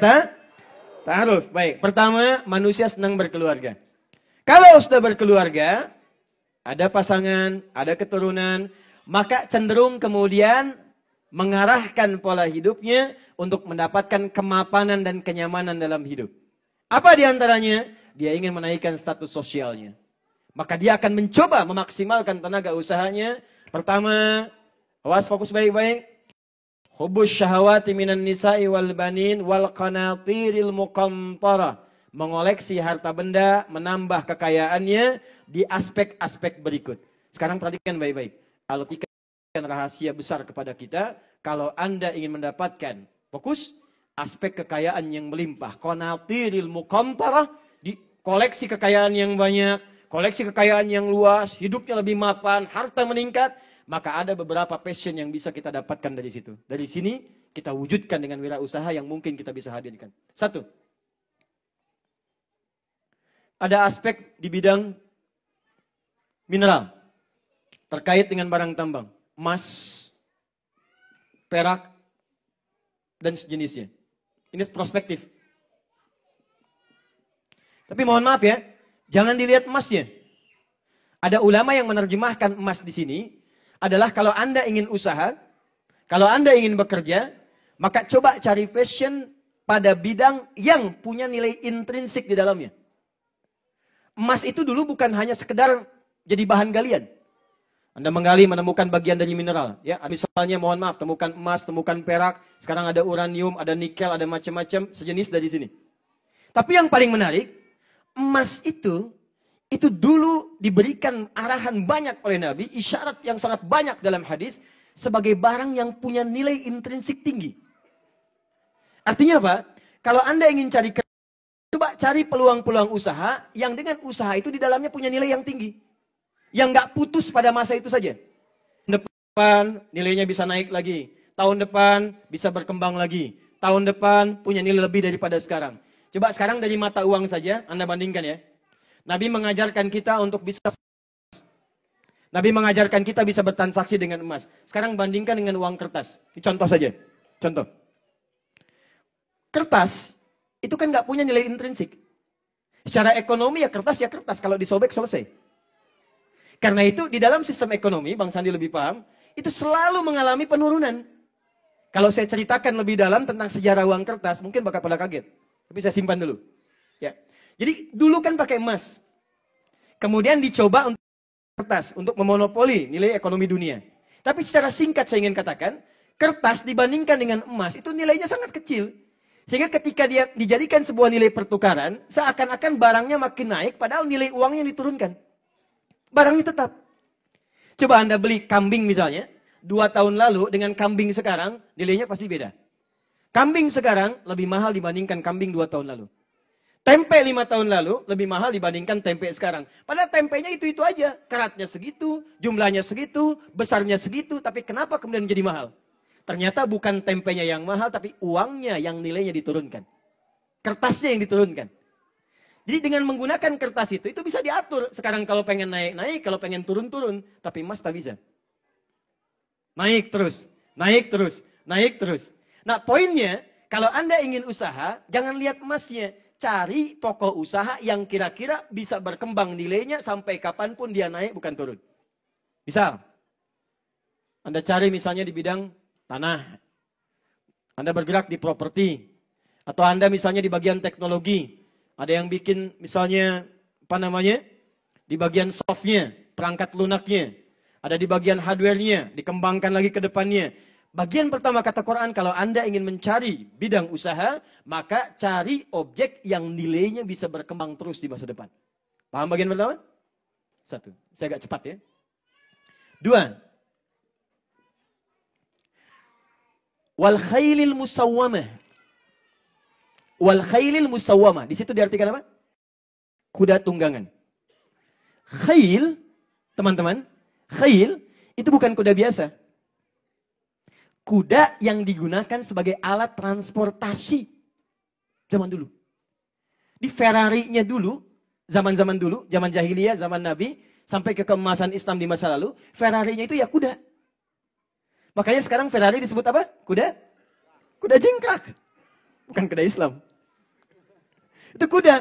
ta'aruf. Baik, pertama manusia senang berkeluarga. Kalau sudah berkeluarga, ada pasangan, ada keturunan, maka cenderung kemudian mengarahkan pola hidupnya untuk mendapatkan kemapanan dan kenyamanan dalam hidup. Apa di antaranya? Dia ingin menaikkan status sosialnya. Maka dia akan mencoba memaksimalkan tenaga usahanya. Pertama, awas fokus baik-baik. Hubbus syahawati minan nisa'i wal banin wal qanatiril muqantara. Mengoleksi harta benda, menambah kekayaannya di aspek-aspek berikut. Sekarang perhatikan baik-baik. Al-Quran rahasia besar kepada kita. Kalau Anda ingin mendapatkan, fokus, aspek kekayaan yang melimpah. Qanatiril muqantara, di koleksi kekayaan yang banyak, koleksi kekayaan yang luas, hidupnya lebih mapan, harta meningkat. Maka ada beberapa passion yang bisa kita dapatkan dari situ. Dari sini kita wujudkan dengan wirausaha yang mungkin kita bisa hadirkan. Satu, ada aspek di bidang mineral terkait dengan barang tambang, emas, perak, dan sejenisnya. Ini prospektif. Tapi mohon maaf ya, jangan dilihat emasnya. Ada ulama yang menerjemahkan emas di sini adalah kalau Anda ingin usaha, kalau Anda ingin bekerja, maka coba cari fashion pada bidang yang punya nilai intrinsik di dalamnya. Emas itu dulu bukan hanya sekedar jadi bahan galian. Anda menggali menemukan bagian dari mineral, ya. Misalnya mohon maaf, temukan emas, temukan perak, sekarang ada uranium, ada nikel, ada macam-macam sejenis dari sini. Tapi yang paling menarik, emas itu dulu diberikan arahan banyak oleh Nabi, isyarat yang sangat banyak dalam hadis, sebagai barang yang punya nilai intrinsik tinggi. Artinya apa? Kalau Anda ingin cari kerja, coba cari peluang-peluang usaha, yang dengan usaha itu di dalamnya punya nilai yang tinggi. Yang nggak putus pada masa itu saja. Tahun depan nilainya bisa naik lagi. Tahun depan bisa berkembang lagi. Tahun depan punya nilai lebih daripada sekarang. Coba sekarang dari mata uang saja, Anda bandingkan ya. Nabi mengajarkan kita untuk bisa bertransaksi dengan emas. Sekarang bandingkan dengan uang kertas. Ini contoh saja. Contoh. Kertas itu kan nggak punya nilai intrinsik. Secara ekonomi ya kertas, kalau disobek selesai. Karena itu di dalam sistem ekonomi, Bang Sandi lebih paham, itu selalu mengalami penurunan. Kalau saya ceritakan lebih dalam tentang sejarah uang kertas, mungkin bakal pada kaget. Tapi saya simpan dulu. Ya. Jadi dulu kan pakai emas. Kemudian dicoba untuk kertas, untuk memonopoli nilai ekonomi dunia. Tapi secara singkat saya ingin katakan, kertas dibandingkan dengan emas itu nilainya sangat kecil. Sehingga ketika dia dijadikan sebuah nilai pertukaran, seakan-akan barangnya makin naik, padahal nilai uangnya diturunkan. Barangnya tetap. Coba Anda beli kambing misalnya, 2 tahun lalu dengan kambing sekarang, nilainya pasti beda. Kambing sekarang lebih mahal dibandingkan kambing 2 tahun lalu. Tempe 5 tahun lalu lebih mahal dibandingkan tempe sekarang. Padahal tempenya itu-itu aja. Keratnya segitu, jumlahnya segitu, besarnya segitu. Tapi kenapa kemudian jadi mahal? Ternyata bukan tempenya yang mahal, tapi uangnya yang nilainya diturunkan. Kertasnya yang diturunkan. Jadi dengan menggunakan kertas itu bisa diatur. Sekarang kalau pengen naik-naik, kalau pengen turun-turun. Tapi emas tak bisa. Naik terus, naik terus, naik terus. Nah poinnya, kalau Anda ingin usaha, jangan lihat emasnya. Cari pokok usaha yang kira-kira bisa berkembang nilainya sampai kapanpun dia naik bukan turun. Misal, Anda cari misalnya di bidang tanah. Anda bergerak di properti. Atau Anda misalnya di bagian teknologi. Ada yang bikin misalnya, di bagian softnya, perangkat lunaknya. Ada di bagian hardware-nya, dikembangkan lagi ke depannya. Bagian pertama kata Quran, kalau Anda ingin mencari bidang usaha, maka cari objek yang nilainya bisa berkembang terus di masa depan. Paham bagian pertama? 1. Saya agak cepat ya. 2. Wal khailil musawwamah. Wal khailil musawwamah. Di situ diartikan apa? Kuda tunggangan. Khail, teman-teman, khail itu bukan kuda biasa. Kuda yang digunakan sebagai alat transportasi zaman dulu. Di Ferrari-nya dulu, zaman-zaman dulu, zaman jahiliyah, zaman Nabi, sampai ke keemasan Islam di masa lalu, Ferrari-nya itu ya kuda. Makanya sekarang Ferrari disebut apa? Kuda? Kuda jingkrak. Bukan kuda Islam. Itu kuda.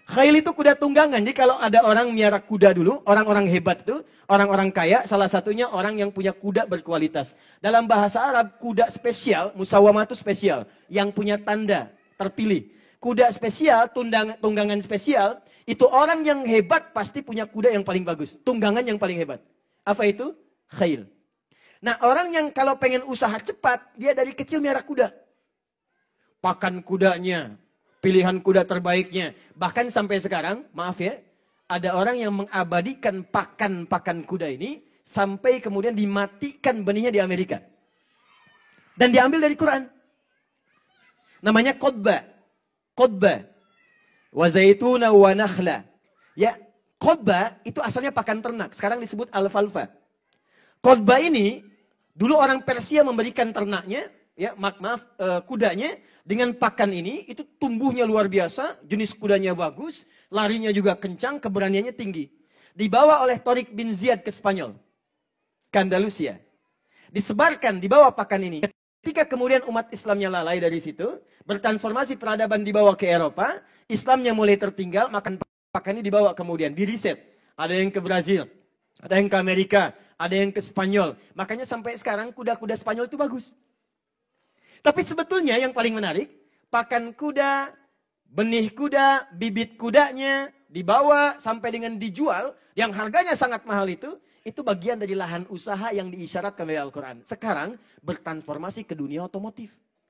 Khail itu kuda tunggangan. Jadi kalau ada orang miara kuda dulu, orang-orang hebat itu, orang-orang kaya, salah satunya orang yang punya kuda berkualitas. Dalam bahasa Arab, kuda spesial, musawamah itu spesial, yang punya tanda terpilih. Kuda spesial, tunggangan spesial, itu orang yang hebat pasti punya kuda yang paling bagus. Tunggangan yang paling hebat. Apa itu? Khail. Nah, orang yang kalau pengen usaha cepat, dia dari kecil miara kuda. Pakan kudanya, pilihan kuda terbaiknya. Bahkan sampai sekarang, maaf ya, ada orang yang mengabadikan pakan kuda ini sampai kemudian dimatikan benihnya di Amerika. Dan diambil dari Quran. Namanya qodba. Qodba. Wa zaituna wa nakhla. Ya, qodba itu asalnya pakan ternak. Sekarang disebut alfalfa. Qodba ini, dulu orang Persia memberikan ternaknya, ya maaf, kudanya dengan pakan ini itu tumbuhnya luar biasa, jenis kudanya bagus, larinya juga kencang, keberaniannya tinggi. Dibawa oleh Tariq bin Ziyad ke Spanyol, ke Andalusia. Disebarkan, dibawa pakan ini. Ketika kemudian umat Islamnya lalai dari situ, bertransformasi peradaban dibawa ke Eropa, Islamnya mulai tertinggal, makan pakan ini dibawa kemudian, diriset. Ada yang ke Brazil, ada yang ke Amerika, ada yang ke Spanyol. Makanya sampai sekarang kuda-kuda Spanyol itu bagus. Tapi sebetulnya yang paling menarik, pakan kuda, benih kuda, bibit kudanya dibawa sampai dengan dijual, yang harganya sangat mahal itu bagian dari lahan usaha yang diisyaratkan oleh Al-Quran. Sekarang bertransformasi ke dunia otomotif.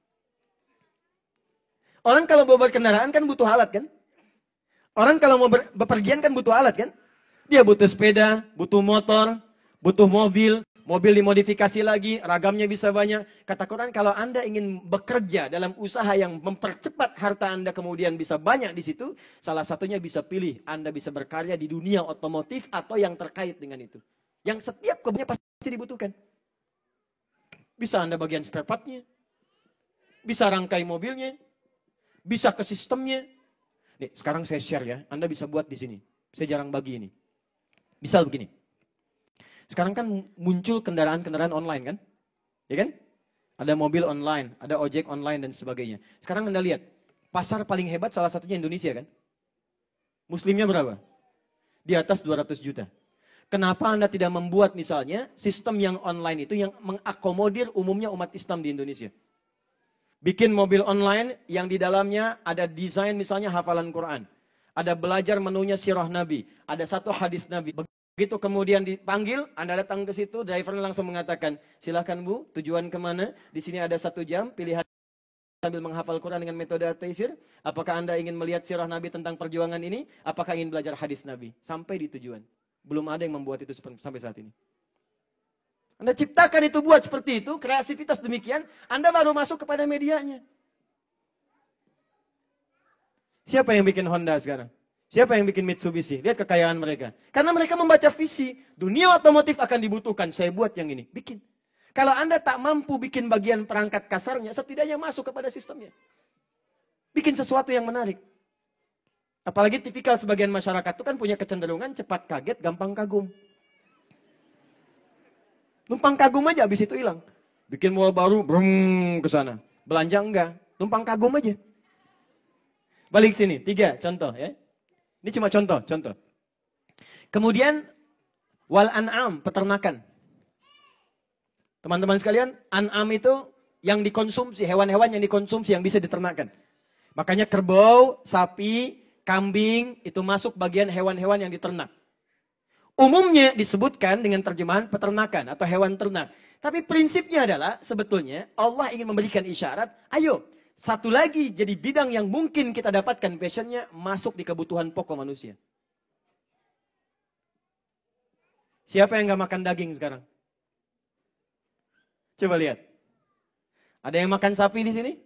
Orang kalau mau berkendaraan kan butuh alat kan? Orang kalau mau bepergian kan butuh alat kan? Dia butuh sepeda, butuh motor, butuh mobil. Mobil dimodifikasi lagi, ragamnya bisa banyak. Kata Quran, kalau Anda ingin bekerja dalam usaha yang mempercepat harta Anda kemudian bisa banyak di situ, salah satunya bisa pilih Anda bisa berkarya di dunia otomotif atau yang terkait dengan itu. Yang setiap kebutuhannya pasti dibutuhkan. Bisa Anda bagian spare part-nya, bisa rangkai mobilnya, bisa ke sistemnya. Nih, sekarang saya share ya, Anda bisa buat di sini. Saya jarang bagi ini. Misal begini. Sekarang kan muncul kendaraan-kendaraan online kan? Ya kan? Ada mobil online, ada ojek online dan sebagainya. Sekarang Anda lihat, pasar paling hebat salah satunya Indonesia kan? Muslimnya berapa? Di atas 200 juta. Kenapa Anda tidak membuat misalnya sistem yang online itu yang mengakomodir umumnya umat Islam di Indonesia? Bikin mobil online yang di dalamnya ada desain misalnya hafalan Quran. Ada belajar menunya sirah Nabi. Ada satu hadis Nabi. Begitu kemudian dipanggil, Anda datang ke situ, drivernya langsung mengatakan, silakan Bu, tujuan kemana? Di sini ada 1 jam, pilihan sambil menghafal Quran dengan metode at-taisir. Apakah Anda ingin melihat sirah Nabi tentang perjuangan ini? Apakah ingin belajar hadis Nabi? Sampai di tujuan. Belum ada yang membuat itu sampai saat ini. Anda ciptakan itu buat seperti itu, kreativitas demikian, Anda baru masuk kepada medianya. Siapa yang bikin Honda sekarang? Siapa yang bikin Mitsubishi? Lihat kekayaan mereka. Karena mereka membaca visi. Dunia otomotif akan dibutuhkan. Saya buat yang ini. Bikin. Kalau Anda tak mampu bikin bagian perangkat kasarnya, setidaknya masuk kepada sistemnya. Bikin sesuatu yang menarik. Apalagi tipikal sebagian masyarakat itu kan punya kecenderungan cepat kaget, gampang kagum. Numpang kagum aja, habis itu hilang. Bikin mobil baru, brum ke sana. Belanja enggak. Numpang kagum aja. Balik sini, 3 contoh ya. Ini cuma contoh. Kemudian wal an'am, peternakan. Teman-teman sekalian, an'am itu yang dikonsumsi, hewan-hewan yang dikonsumsi, yang bisa diternakan. Makanya kerbau, sapi, kambing, itu masuk bagian hewan-hewan yang diternak. Umumnya disebutkan dengan terjemahan peternakan atau hewan ternak. Tapi prinsipnya adalah sebetulnya Allah ingin memberikan isyarat, ayo, satu lagi jadi bidang yang mungkin kita dapatkan passionnya masuk di kebutuhan pokok manusia. Siapa yang gak makan daging sekarang? Coba lihat. Ada yang makan sapi di sini?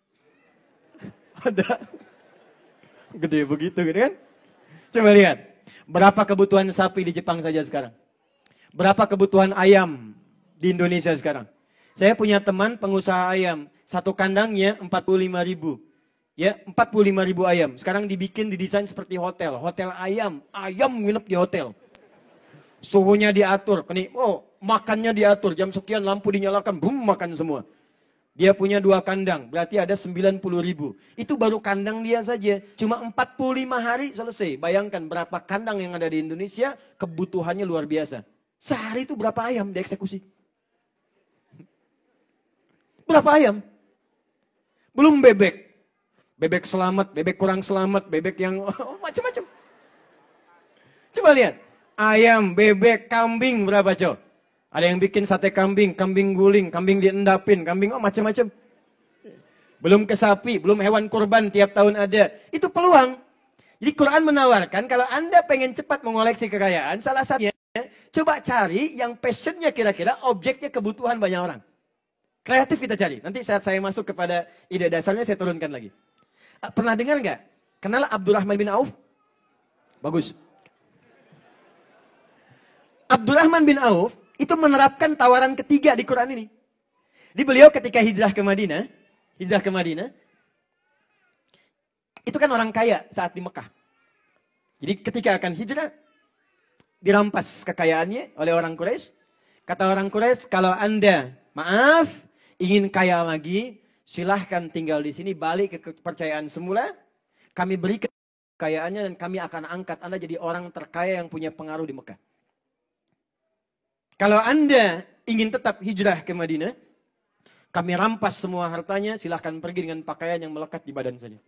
Ada. Gede begitu gitu kan? Coba lihat. Berapa kebutuhan sapi di Jepang saja sekarang? Berapa kebutuhan ayam di Indonesia sekarang? Saya punya teman pengusaha ayam. Satu kandangnya 45.000. Ya, 45.000 ayam. Sekarang didesain seperti hotel. Hotel ayam. Ayam nginep di hotel. Suhunya diatur. Makannya diatur. Jam sekian lampu dinyalakan. Boom, makan semua. Dia punya 2 kandang, berarti ada 90.000. Itu baru kandang dia saja. Cuma 45 hari selesai. Bayangkan berapa kandang yang ada di Indonesia, kebutuhannya luar biasa. Sehari itu berapa ayam dieksekusi? Berapa ayam? Belum bebek. Bebek selamat, bebek kurang selamat, bebek yang macam-macam. Coba lihat. Ayam, bebek, kambing berapa, cow? Ada yang bikin sate kambing, kambing guling, kambing diendapin, kambing macam-macam. Belum ke sapi, belum hewan kurban tiap tahun ada. Itu peluang. Jadi Quran menawarkan kalau Anda pengen cepat mengoleksi kekayaan, salah satunya coba cari yang passionnya kira-kira objeknya kebutuhan banyak orang. Kreatif kita cari. Nanti saat saya masuk kepada ide dasarnya saya turunkan lagi. Pernah dengar nggak? Kenal Abdurrahman bin Auf? Bagus. Abdurrahman bin Auf itu menerapkan tawaran ketiga di Quran ini. Di beliau ketika hijrah ke Madinah, itu kan orang kaya saat di Mekah. Jadi ketika akan hijrah, dirampas kekayaannya oleh orang Quraisy. Kata orang Quraisy, kalau Anda, maaf, ingin kaya lagi, silahkan tinggal di sini, balik ke kepercayaan semula. Kami beri kekayaannya dan kami akan angkat Anda jadi orang terkaya yang punya pengaruh di Mekah. Kalau Anda ingin tetap hijrah ke Madinah, kami rampas semua hartanya, silahkan pergi dengan pakaian yang melekat di badan saja.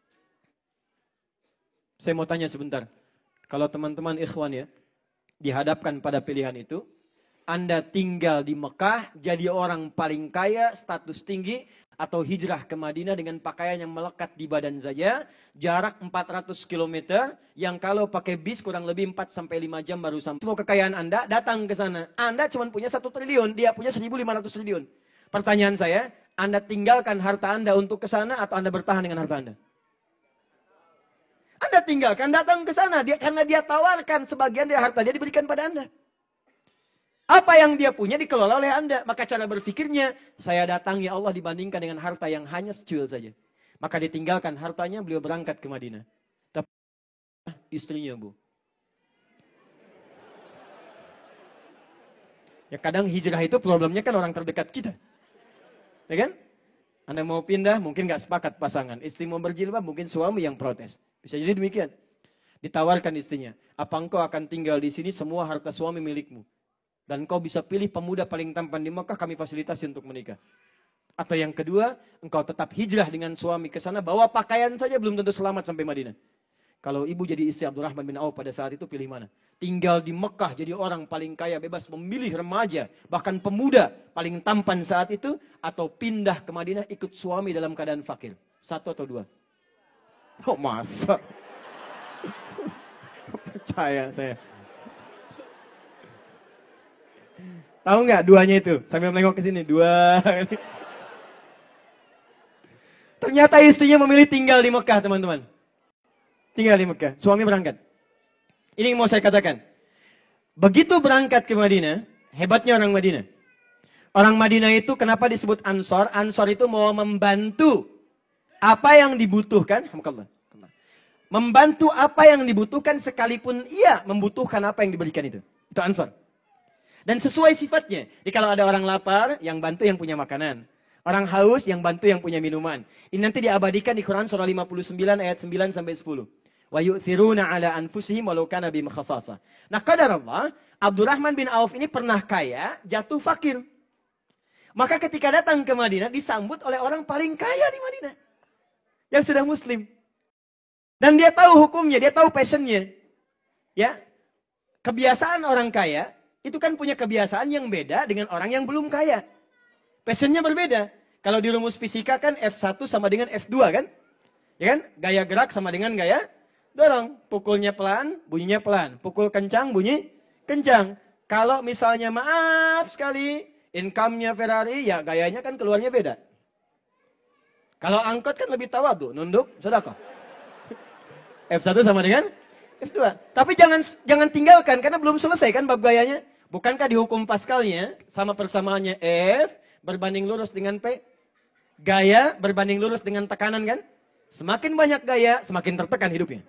Saya mau tanya sebentar. Kalau teman-teman ikhwan ya, dihadapkan pada pilihan itu, Anda tinggal di Mekah, jadi orang paling kaya, status tinggi, atau hijrah ke Madinah dengan pakaian yang melekat di badan saja, jarak 400 km, yang kalau pakai bis kurang lebih 4-5 jam baru sampai. Semua kekayaan Anda datang ke sana. Anda cuma punya 1 triliun, dia punya 1.500 triliun. Pertanyaan saya, Anda tinggalkan harta Anda untuk ke sana atau Anda bertahan dengan harta Anda? Anda tinggalkan, datang ke sana, karena dia tawarkan sebagian dari harta dia diberikan pada Anda. Apa yang dia punya dikelola oleh Anda. Maka cara berpikirnya, saya datang ya Allah dibandingkan dengan harta yang hanya secuil saja. Maka ditinggalkan hartanya, beliau berangkat ke Madinah. Tapi istrinya, Bu. Ya kadang hijrah itu problemnya kan orang terdekat kita. Ya kan? Anda mau pindah, mungkin gak sepakat pasangan. Istri mau berjilbab, mungkin suami yang protes. Bisa jadi demikian. Ditawarkan istrinya, apa engkau akan tinggal di sini semua harta suami milikmu? Dan kau bisa pilih pemuda paling tampan di Mekah, kami fasilitasi untuk menikah. Atau yang kedua, engkau tetap hijrah dengan suami ke sana, bawa pakaian saja belum tentu selamat sampai Madinah. Kalau ibu jadi istri Abdurrahman bin Auf pada saat itu pilih mana? Tinggal di Mekah jadi orang paling kaya, bebas memilih remaja, bahkan pemuda paling tampan saat itu, atau pindah ke Madinah ikut suami dalam keadaan fakir. 1 atau 2? Oh masa? Percaya saya. Tahu nggak duanya itu? Sambil menengok ke sini, 2. Ternyata istrinya memilih tinggal di Mekah, teman-teman. Tinggal di Mekah, suami berangkat. Ini yang mau saya katakan. Begitu berangkat ke Madinah, hebatnya orang Madinah. Orang Madinah itu kenapa disebut Ansor? Ansor itu mau membantu apa yang dibutuhkan. Membantu apa yang dibutuhkan sekalipun ia membutuhkan apa yang diberikan itu. Itu Ansor. Dan sesuai sifatnya. Jadi kalau ada orang lapar, yang bantu yang punya makanan. Orang haus, yang bantu yang punya minuman. Ini nanti diabadikan di Quran surah 59 ayat 9-10. Wa yu'thiruna ala anfusihim walau kana bihim khasasah. Nah, qadarullah, Abdurrahman bin Auf ini pernah kaya, jatuh fakir. Maka ketika datang ke Madinah, disambut oleh orang paling kaya di Madinah. Yang sudah muslim. Dan dia tahu hukumnya, dia tahu passionnya. Ya, kebiasaan orang kaya, itu kan punya kebiasaan yang beda dengan orang yang belum kaya. Passionnya berbeda. Kalau di rumus fisika kan F1 sama dengan F2 kan? Ya kan? Gaya gerak sama dengan gaya dorong. Pukulnya pelan, bunyinya pelan. Pukul kencang, bunyi kencang. Kalau misalnya maaf sekali, income-nya Ferrari, ya gayanya kan keluarnya beda. Kalau angkot kan lebih tawadhu, nunduk, sedekah. F1 sama dengan F2. Tapi jangan tinggalkan, karena belum selesai kan bab gayanya. Bukankah di hukum Pascalnya, sama persamaannya F berbanding lurus dengan P? Gaya berbanding lurus dengan tekanan kan? Semakin banyak gaya, semakin tertekan hidupnya.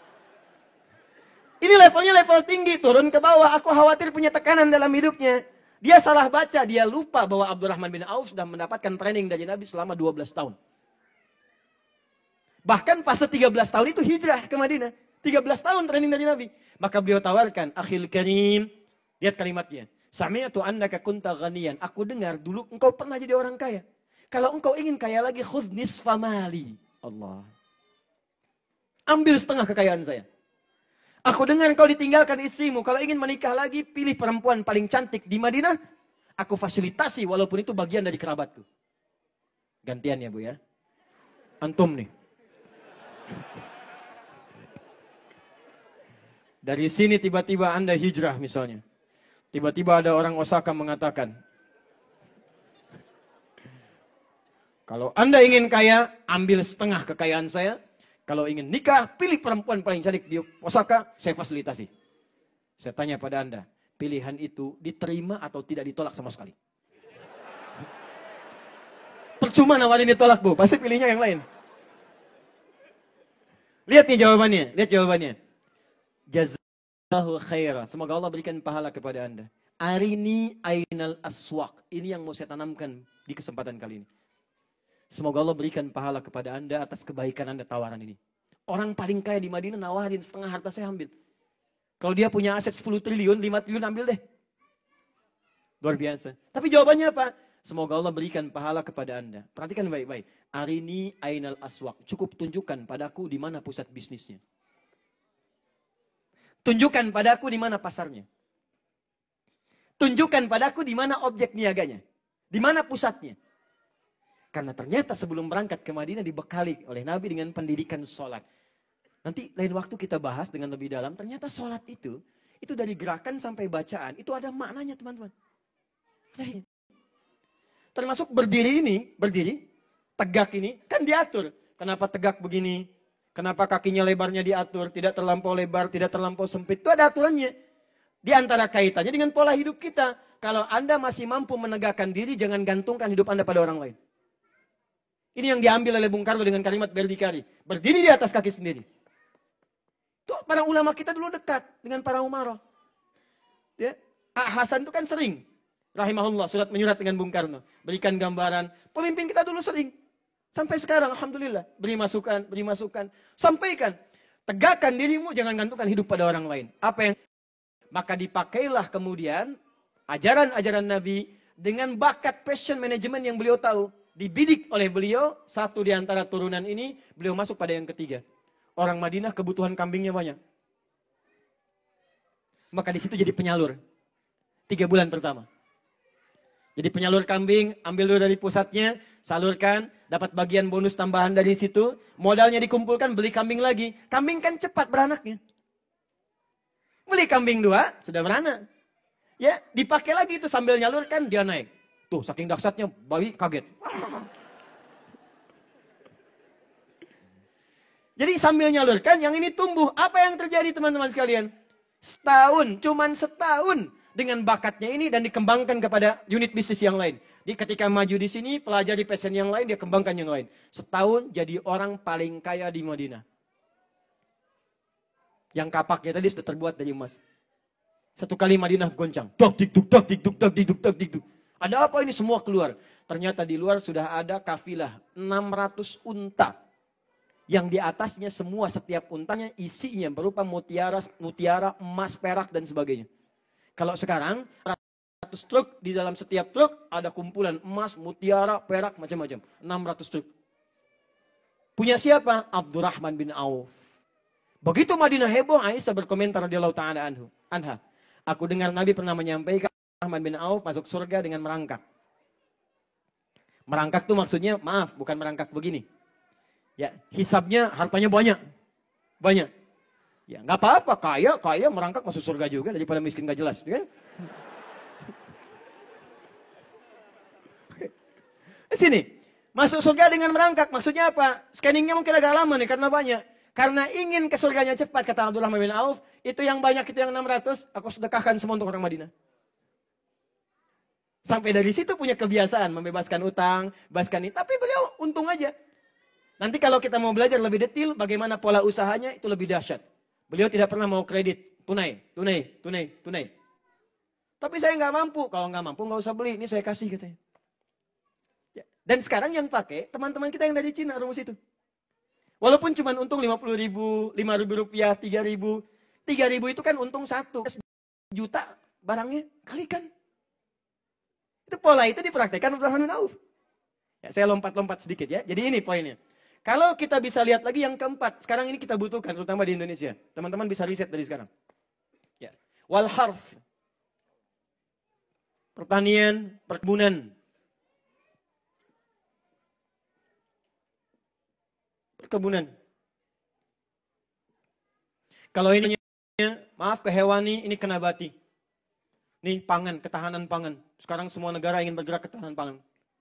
Ini levelnya level tinggi, turun ke bawah. Aku khawatir punya tekanan dalam hidupnya. Dia salah baca, dia lupa bahwa Abdurrahman bin Auf sudah mendapatkan training dari Nabi selama 12 tahun. Bahkan fase 13 tahun itu hijrah ke Madinah. 13 tahun training dari Nabi. Maka beliau tawarkan, akhil karim, lihat kalimatnya. Sami'tu annaka kunta ghaniyan. Aku dengar dulu engkau pernah jadi orang kaya. Kalau engkau ingin kaya lagi, khudh nisfa mali. Allah. Ambil setengah kekayaan saya. Aku dengar engkau ditinggalkan istrimu. Kalau ingin menikah lagi, pilih perempuan paling cantik di Madinah. Aku fasilitasi walaupun itu bagian dari kerabatku. Gantian ya Bu ya. Antum nih. Dari sini tiba-tiba Anda hijrah misalnya. Tiba-tiba ada orang Osaka mengatakan, kalau Anda ingin kaya, ambil setengah kekayaan saya. Kalau ingin nikah, pilih perempuan paling cantik di Osaka, saya fasilitasi. Saya tanya pada Anda, pilihan itu diterima atau tidak ditolak sama sekali? Percuma nawarin ditolak Bu, pasti pilihnya yang lain. Lihat nih jawabannya, lihat jawabannya. Jazakallahu khaira. Semoga Allah berikan pahala kepada Anda. Arini ainal aswaq. Ini yang mau saya tanamkan di kesempatan kali ini. Semoga Allah berikan pahala kepada Anda atas kebaikan Anda tawaran ini. Orang paling kaya di Madinah nawarin setengah harta saya ambil. Kalau dia punya aset 10 triliun, 5 triliun ambil deh. Luar biasa. Tapi jawabannya apa? Semoga Allah berikan pahala kepada Anda. Perhatikan baik-baik. Arini ainal aswaq. Cukup tunjukkan padaku di mana pusat bisnisnya. Tunjukkan padaku di mana pasarnya. Tunjukkan padaku di mana objek niaganya. Di mana pusatnya. Karena ternyata sebelum berangkat ke Madinah dibekali oleh Nabi dengan pendidikan sholat. Nanti lain waktu kita bahas dengan lebih dalam. Ternyata sholat itu dari gerakan sampai bacaan. Itu ada maknanya teman-teman. Termasuk berdiri ini, tegak ini, kan diatur. Kenapa tegak begini? Kenapa kakinya lebarnya diatur? Tidak terlampau lebar, tidak terlampau sempit. Itu ada aturannya. Di antara kaitannya dengan pola hidup kita. Kalau Anda masih mampu menegakkan diri, jangan gantungkan hidup Anda pada orang lain. Ini yang diambil oleh Bung Karno dengan kalimat berdikari. Berdiri di atas kaki sendiri. Tuh, para ulama kita dulu dekat dengan para umarah. Ya. Hasan itu kan sering. Rahimahullah, surat menyurat dengan Bung Karno. Berikan gambaran. Pemimpin kita dulu sering. Sampai sekarang, Alhamdulillah. Beri masukan. Sampaikan. Tegakkan dirimu, jangan gantungkan hidup pada orang lain. Apa yang... Maka dipakailah kemudian ajaran-ajaran Nabi dengan bakat passion management yang beliau tahu. Dibidik oleh beliau, satu di antara turunan ini, beliau masuk pada yang ketiga. Orang Madinah kebutuhan kambingnya banyak. Maka di situ jadi penyalur. 3 bulan pertama. Jadi penyalur kambing, ambil dulu dari pusatnya, salurkan, dapat bagian bonus tambahan dari situ, modalnya dikumpulkan, beli kambing lagi. Kambing kan cepat beranaknya. Beli kambing 2, sudah beranak. Ya, dipakai lagi itu sambil nyalurkan, dia naik. Tuh, saking dahsyatnya, bayi kaget. Jadi sambil nyalurkan, yang ini tumbuh. Apa yang terjadi teman-teman sekalian? Setahun, cuman setahun. Dengan bakatnya ini dan dikembangkan kepada unit bisnis yang lain. Ketika maju di sini, pelajari passion yang lain, dia kembangkan yang lain. Setahun jadi orang paling kaya di Madinah. Yang kapaknya tadi sudah terbuat dari emas. Satu kali Madinah goncang. Dok, dikduk, dok, dikduk, dok, dikduk, dok, dikduk. Ada apa ini semua keluar? Ternyata di luar sudah ada kafilah 600 unta. Yang di atasnya semua setiap untanya isinya berupa mutiara, emas, perak dan sebagainya. Kalau sekarang 100 truk, di dalam setiap truk ada kumpulan emas, mutiara, perak, macam-macam. 600 truk. Punya siapa? Abdurrahman bin Auf. Begitu Madinah heboh, Aisyah berkomentar radhiyallahu ta'ala anha. Aku dengar Nabi pernah menyampaikan Abdurrahman bin Auf masuk surga dengan merangkak. Merangkak tuh maksudnya, maaf, bukan merangkak begini. Ya, hisabnya hartanya banyak. Banyak. Ya, nggak apa-apa, kaya merangkak masuk surga juga daripada miskin nggak jelas, kan? Sini, masuk surga dengan merangkak, maksudnya apa? Scanningnya mungkin agak lama nih karena banyak. Karena ingin ke surganya cepat, kata Abdurrahman bin Auf, itu yang banyak, itu yang 600, aku sedekahkan semua untuk orang Madinah. Sampai dari situ punya kebiasaan, membebaskan utang, bebaskan ini. Tapi beliau untung aja. Nanti kalau kita mau belajar lebih detail, bagaimana pola usahanya, itu lebih dahsyat. Beliau tidak pernah mau kredit, tunai. Tapi saya nggak mampu. Kalau nggak mampu nggak usah beli. Ini saya kasih katanya. Ya. Dan sekarang yang pakai teman-teman kita yang dari Cina rumus itu. Walaupun cuma untung 50.000, 5.000 rupiah, 3.000. 3.000 itu kan untung 1 juta barangnya kalikan. Itu pola itu dipraktekkan Abdurrahman bin Auf. Ya, saya lompat-lompat sedikit ya. Jadi ini poinnya. Kalau kita bisa lihat lagi yang keempat. Sekarang ini kita butuhkan terutama di Indonesia. Teman-teman bisa riset dari sekarang. Ya. Wal harf. Pertanian, perkebunan. Perkebunan. Kalau ini, maaf ke hewani, ini kena bati. Ini pangan, ketahanan pangan. Sekarang semua negara ingin bergerak ketahanan pangan.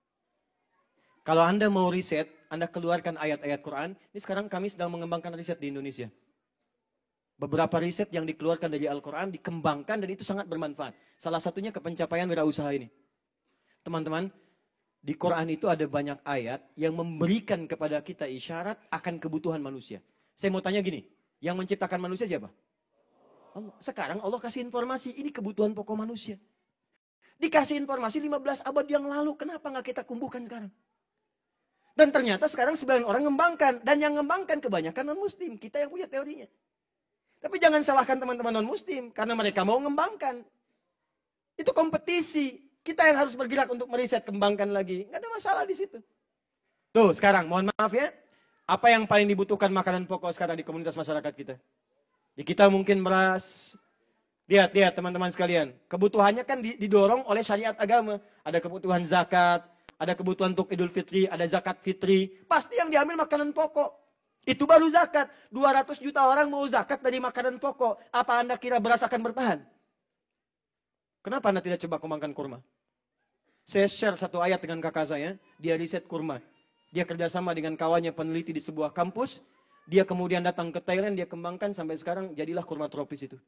Kalau Anda mau riset, Anda keluarkan ayat-ayat Quran. Ini sekarang kami sedang mengembangkan riset di Indonesia. Beberapa riset yang dikeluarkan dari Al-Quran dikembangkan dan itu sangat bermanfaat. Salah satunya kepencapaian wirausaha ini. Teman-teman, di Quran itu ada banyak ayat yang memberikan kepada kita isyarat akan kebutuhan manusia. Saya mau tanya gini, yang menciptakan manusia siapa? Allah. Sekarang Allah kasih informasi, ini kebutuhan pokok manusia. Dikasih informasi 15 abad yang lalu, kenapa nggak kita kumbukan sekarang? Dan ternyata sekarang sebagian orang ngembangkan. Dan yang ngembangkan kebanyakan non-muslim. Kita yang punya teorinya. Tapi jangan salahkan teman-teman non-muslim. Karena mereka mau ngembangkan. Itu kompetisi. Kita yang harus bergerak untuk meriset, kembangkan lagi. Nggak ada masalah di situ. Tuh sekarang, mohon maaf ya. Apa yang paling dibutuhkan makanan pokok sekarang di komunitas masyarakat kita? Di kita mungkin beras. Lihat teman-teman sekalian. Kebutuhannya kan didorong oleh syariat agama. Ada kebutuhan zakat. Ada kebutuhan untuk Idul Fitri, ada zakat fitri. Pasti yang diambil makanan pokok. Itu baru zakat. 200 juta orang mau zakat dari makanan pokok. Apa Anda kira beras akan bertahan? Kenapa Anda tidak coba kembangkan kurma? Saya share satu ayat dengan kakak saya. Dia riset kurma. Dia kerjasama dengan kawannya peneliti di sebuah kampus. Dia kemudian datang ke Thailand, dia kembangkan sampai sekarang jadilah kurma tropis itu.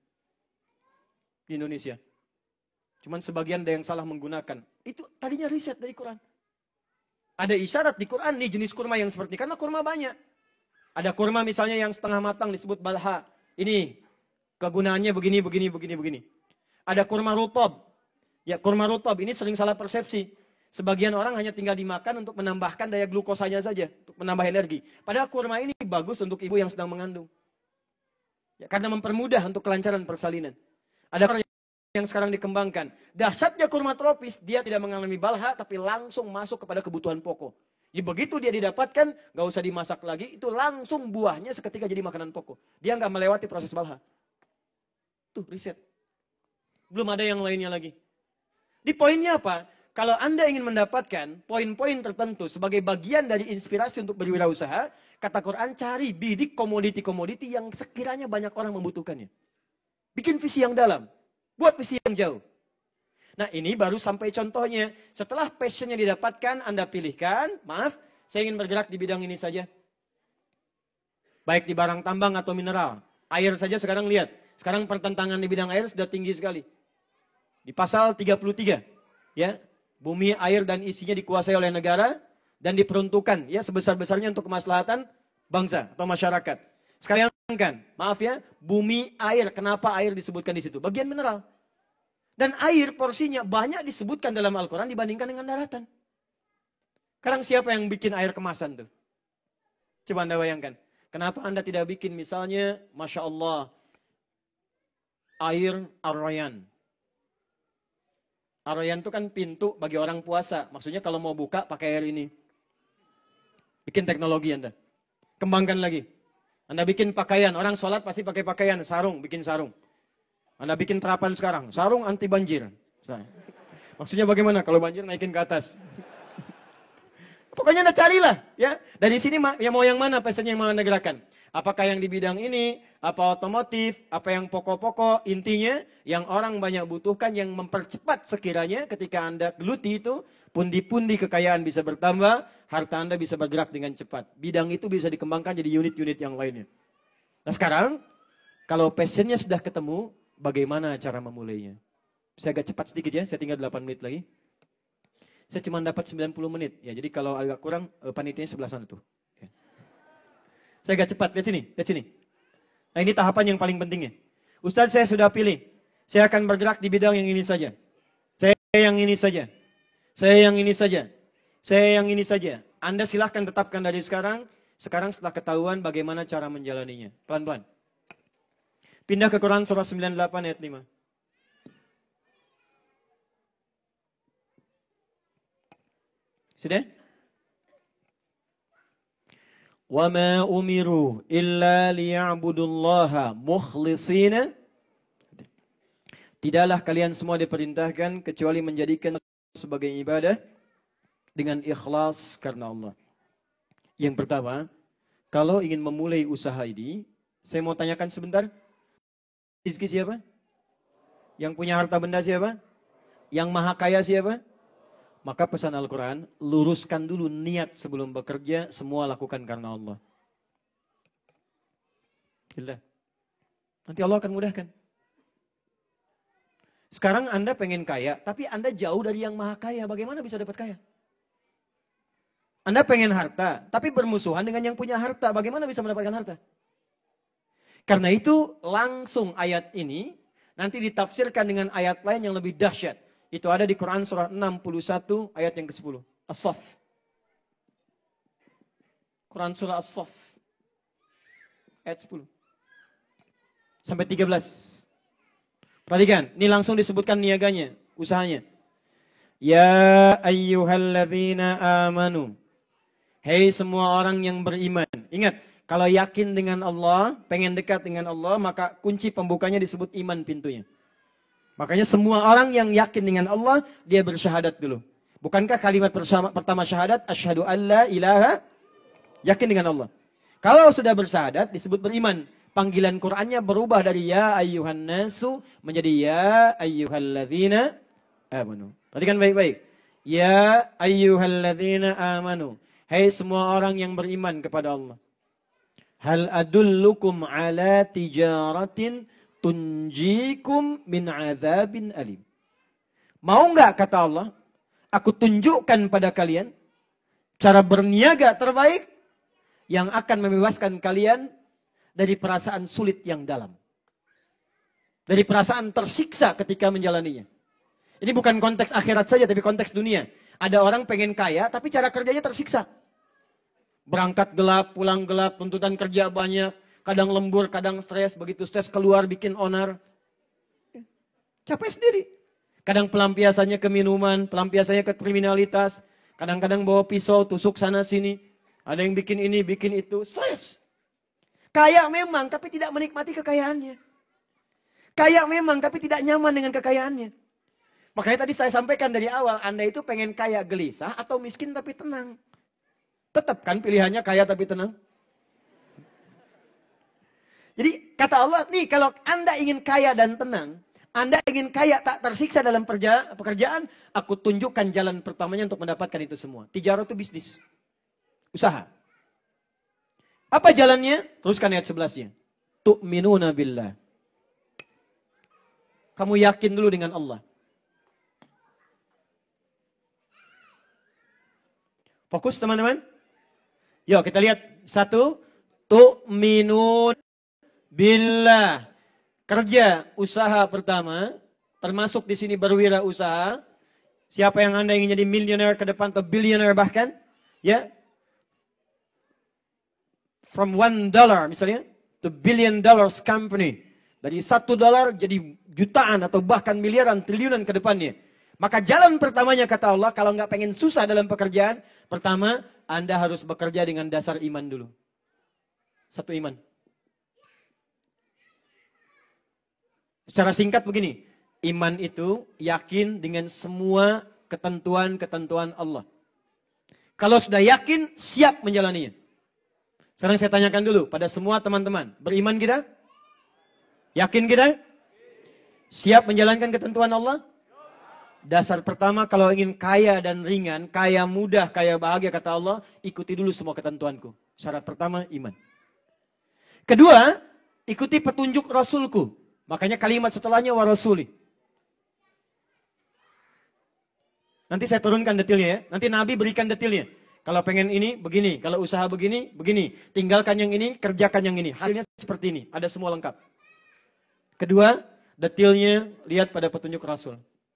Di Indonesia. Cuman sebagian ada yang salah menggunakan. Itu tadinya riset dari Quran. Ada isyarat di Quran nih jenis kurma yang seperti karena kurma banyak. Ada kurma misalnya yang setengah matang disebut balha. Ini kegunaannya begini. Ada kurma rutob. Ya kurma rutob ini sering salah persepsi. Sebagian orang hanya tinggal dimakan untuk menambahkan daya glukosanya saja. Untuk menambah energi. Padahal kurma ini bagus untuk ibu yang sedang mengandung. Ya, karena mempermudah untuk kelancaran persalinan. Ada kurma yang sekarang dikembangkan. Dahsyatnya kurma tropis, dia tidak mengalami balha, tapi langsung masuk kepada kebutuhan pokok. Jadi begitu dia didapatkan, gak usah dimasak lagi, itu langsung buahnya seketika jadi makanan pokok. Dia gak melewati proses balha. Tuh riset. Belum ada yang lainnya lagi. Di poinnya apa? Kalau Anda ingin mendapatkan poin-poin tertentu sebagai bagian dari inspirasi untuk berwirausaha, kata Quran cari bidik komoditi-komoditi yang sekiranya banyak orang membutuhkannya. Bikin visi yang dalam. Buat visi yang jauh. Nah ini baru sampai contohnya. Setelah passionnya didapatkan, Anda pilihkan. Maaf, saya ingin bergerak di bidang ini saja. Baik di barang tambang atau mineral. Air saja sekarang lihat. Sekarang pertentangan di bidang air sudah tinggi sekali. Di pasal 33. Ya, bumi, air, dan isinya dikuasai oleh negara. Dan diperuntukkan ya sebesar-besarnya untuk kemaslahatan bangsa atau masyarakat. Sekalian kan, maaf ya, bumi, air. Kenapa air disebutkan di situ? Bagian mineral. Dan air porsinya banyak disebutkan dalam Al-Quran dibandingkan dengan daratan. Sekarang siapa yang bikin air kemasan tuh? Coba Anda bayangkan. Kenapa Anda tidak bikin misalnya, Masya Allah, air Ar-Rayyan. Ar-Rayyan itu kan pintu bagi orang puasa. Maksudnya kalau mau buka pakai air ini. Bikin teknologi Anda. Kembangkan lagi. Anda bikin pakaian, orang sholat pasti pakai pakaian, sarung, bikin sarung. Anda bikin terapan sekarang, sarung anti banjir. Maksudnya bagaimana? Kalau banjir naikin ke atas. Pokoknya Anda carilah. Ya. Dari sini ya mau yang mana pesannya yang mau Anda gerakan. Apakah yang di bidang ini, apa otomotif, apa yang pokok-pokok. Intinya yang orang banyak butuhkan yang mempercepat sekiranya ketika Anda geluti itu. Pundi-pundi kekayaan bisa bertambah, harta Anda bisa bergerak dengan cepat. Bidang itu bisa dikembangkan jadi unit-unit yang lainnya. Nah sekarang, kalau passionnya sudah ketemu, bagaimana cara memulainya? Saya agak cepat sedikit ya, saya tinggal 8 menit lagi. Saya cuma dapat 90 menit. Ya, jadi kalau agak kurang, panitianya sebelah sana tuh. Ya. Saya agak cepat, lihat sini. Nah ini tahapan yang paling pentingnya. Ustaz saya sudah pilih. Saya akan bergerak di bidang yang ini saja. Saya yang ini saja. Saya yang ini saja. Saya yang ini saja. Anda silahkan tetapkan dari sekarang. Sekarang setelah ketahuan bagaimana cara menjalaninya. Pelan-pelan. Pindah ke Quran surah 98 ayat 5. Sudah? وَمَا أُمِرُوا إِلَّا لِيَعْبُدُوا اللَّهَ مُخْلِصِينَ. Tidaklah kalian semua diperintahkan kecuali menjadikan sebagai ibadah dengan ikhlas karena Allah. Yang pertama, kalau ingin memulai usaha ini, saya mau tanyakan sebentar. Rizki siapa? Yang punya harta benda siapa? Yang maha kaya siapa? Maka pesan Al-Quran, luruskan dulu niat sebelum bekerja, semua lakukan karena Allah. Gila. Nanti Allah akan mudahkan. Sekarang Anda pengen kaya, tapi Anda jauh dari yang maha kaya. Bagaimana bisa dapat kaya? Anda pengen harta, tapi bermusuhan dengan yang punya harta. Bagaimana bisa mendapatkan harta? Karena itu langsung ayat ini nanti ditafsirkan dengan ayat lain yang lebih dahsyat. Itu ada di Quran surah 61 ayat yang ke-10. As-Saff. Quran surah As-Saff. Ayat 10. Sampai 13. Perhatikan, ini langsung disebutkan niaganya, usahanya. Ya ayyuhalladzina amanu. Hei semua orang yang beriman. Ingat, kalau yakin dengan Allah, pengen dekat dengan Allah, maka kunci pembukanya disebut iman pintunya. Makanya semua orang yang yakin dengan Allah, dia bersyahadat dulu. Bukankah kalimat pertama syahadat, asyhadu an la ilaha, yakin dengan Allah. Kalau sudah bersyahadat, disebut beriman. Panggilan Qur'annya berubah dari ya ayyuhan nasu menjadi ya ayyuhalladzina amanu. Perhatikan baik-baik. Ya ayyuhalladzina amanu. Hai semua orang yang beriman kepada Allah. Hal adullukum ala tijaratin tunjikum min azabin alim. Mau nggak kata Allah, aku tunjukkan pada kalian cara berniaga terbaik yang akan membebaskan kalian dari perasaan sulit yang dalam. Dari perasaan tersiksa ketika menjalaninya. Ini bukan konteks akhirat saja, tapi konteks dunia. Ada orang pengen kaya, tapi cara kerjanya tersiksa. Berangkat gelap, pulang gelap, tuntutan kerja banyak. Kadang lembur, kadang stres. Begitu stres keluar bikin onar. Capek sendiri. Kadang pelampiasannya ke minuman, pelampiasannya ke kriminalitas. Kadang-kadang bawa pisau, tusuk sana sini. Ada yang bikin ini, bikin itu. Stres. Kaya memang, tapi tidak menikmati kekayaannya. Kaya memang, tapi tidak nyaman dengan kekayaannya. Makanya tadi saya sampaikan dari awal, Anda itu pengen kaya gelisah atau miskin tapi tenang. Tetap kan pilihannya kaya tapi tenang. Jadi kata Allah, nih kalau Anda ingin kaya dan tenang, Anda ingin kaya tak tersiksa dalam pekerjaan, aku tunjukkan jalan pertamanya untuk mendapatkan itu semua. Tijarah itu bisnis. Usaha. Apa jalannya? Teruskan ayat 11-nya. Tu'minuna billah. Kamu yakin dulu dengan Allah. Fokus teman-teman. Yuk kita lihat. Satu. Tu'minun billah. Kerja usaha pertama. Termasuk di sini berwirausaha. Siapa yang Anda ingin jadi milioner ke depan atau billionaire bahkan. Ya. From $1 misalnya. To $1 billion company. Dari $1 jadi jutaan atau bahkan miliaran, triliunan ke depannya. Maka jalan pertamanya kata Allah, kalau nggak pengen susah dalam pekerjaan, pertama Anda harus bekerja dengan dasar iman dulu. Satu iman. Secara singkat begini, iman itu yakin dengan semua ketentuan-ketentuan Allah. Kalau sudah yakin, siap menjalaninya. Sekarang saya tanyakan dulu pada semua teman-teman, beriman kita? Yakin kita? Siap menjalankan ketentuan Allah? Dasar pertama kalau ingin kaya dan ringan, kaya mudah, kaya bahagia kata Allah, ikuti dulu semua ketentuanku. Syarat pertama iman. Kedua, ikuti petunjuk Rasulku. Makanya kalimat setelahnya wa rasuli. Nanti saya turunkan detailnya ya. Nanti Nabi berikan detailnya. Kalau pengen ini, begini. Kalau usaha begini, begini. Tinggalkan yang ini, kerjakan yang ini. Hasilnya seperti ini. Ada semua lengkap. Kedua, Detailnya lihat pada petunjuk Rasul.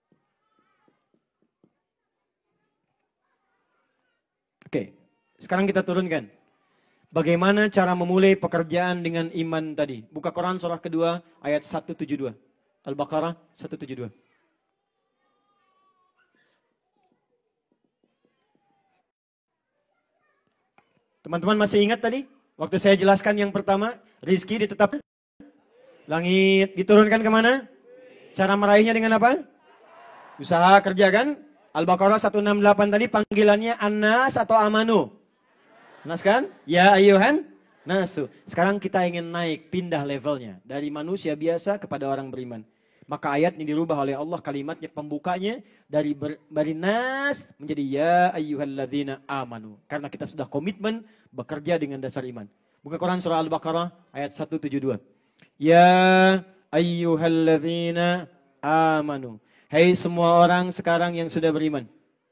Oke, sekarang kita turunkan. Bagaimana cara memulai pekerjaan dengan iman tadi? Buka Quran surah kedua ayat 172. Al-Baqarah 172. Teman-teman masih ingat tadi? Waktu saya jelaskan yang pertama, rizki ditetapkan. Langit diturunkan kemana? Cara meraihnya dengan apa? Usaha kerja kan? Al-Baqarah 168 tadi panggilannya An-Nas atau Amanu? Nas kan? Ya ayuhan nasu. Sekarang kita ingin naik, pindah levelnya. Dari manusia biasa kepada orang beriman. Maka ayat ini dirubah oleh Allah kalimatnya pembukanya dari nas menjadi ya ayyuhalladzina amanu. Karena kita sudah komitmen bekerja dengan dasar iman. Buka Quran surah Al-Baqarah ayat 172. Ya ayyuhalladzina amanu. Hai semua orang sekarang yang sudah beriman.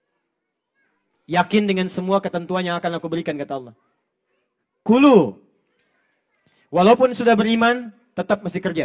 Yakin dengan semua ketentuan yang akan aku berikan, kata Allah. Kulu. Walaupun sudah beriman, tetap mesti kerja.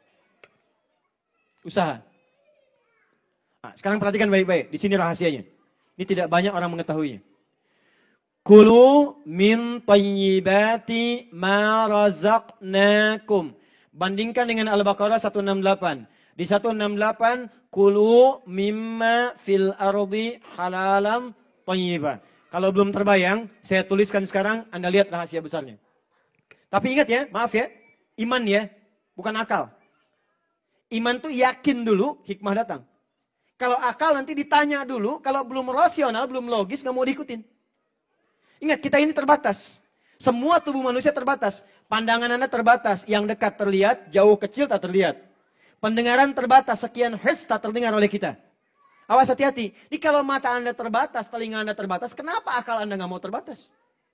Usaha. Nah, sekarang perhatikan baik-baik. Di sini rahasianya. Ini tidak banyak orang mengetahuinya. Kulu min tayyibati ma razaqnakum. Bandingkan dengan Al-Baqarah 168. Di 168, kulu mimma fil ardi halalam thayyibah. Kalau belum terbayang, saya tuliskan sekarang, Anda lihat rahasia besarnya. Tapi ingat ya, maaf ya, iman ya, bukan akal. Iman tuh yakin dulu, hikmah datang. Kalau akal nanti ditanya dulu, kalau belum rasional, belum logis, nggak mau diikutin. Ingat, kita ini terbatas. Semua tubuh manusia terbatas. Pandangan Anda terbatas, yang dekat terlihat, jauh kecil tak terlihat. Pendengaran terbatas, sekian hertz tak terdengar oleh kita. Awas hati-hati. Ini kalau mata Anda terbatas, telinga Anda terbatas, kenapa akal Anda nggak mau terbatas?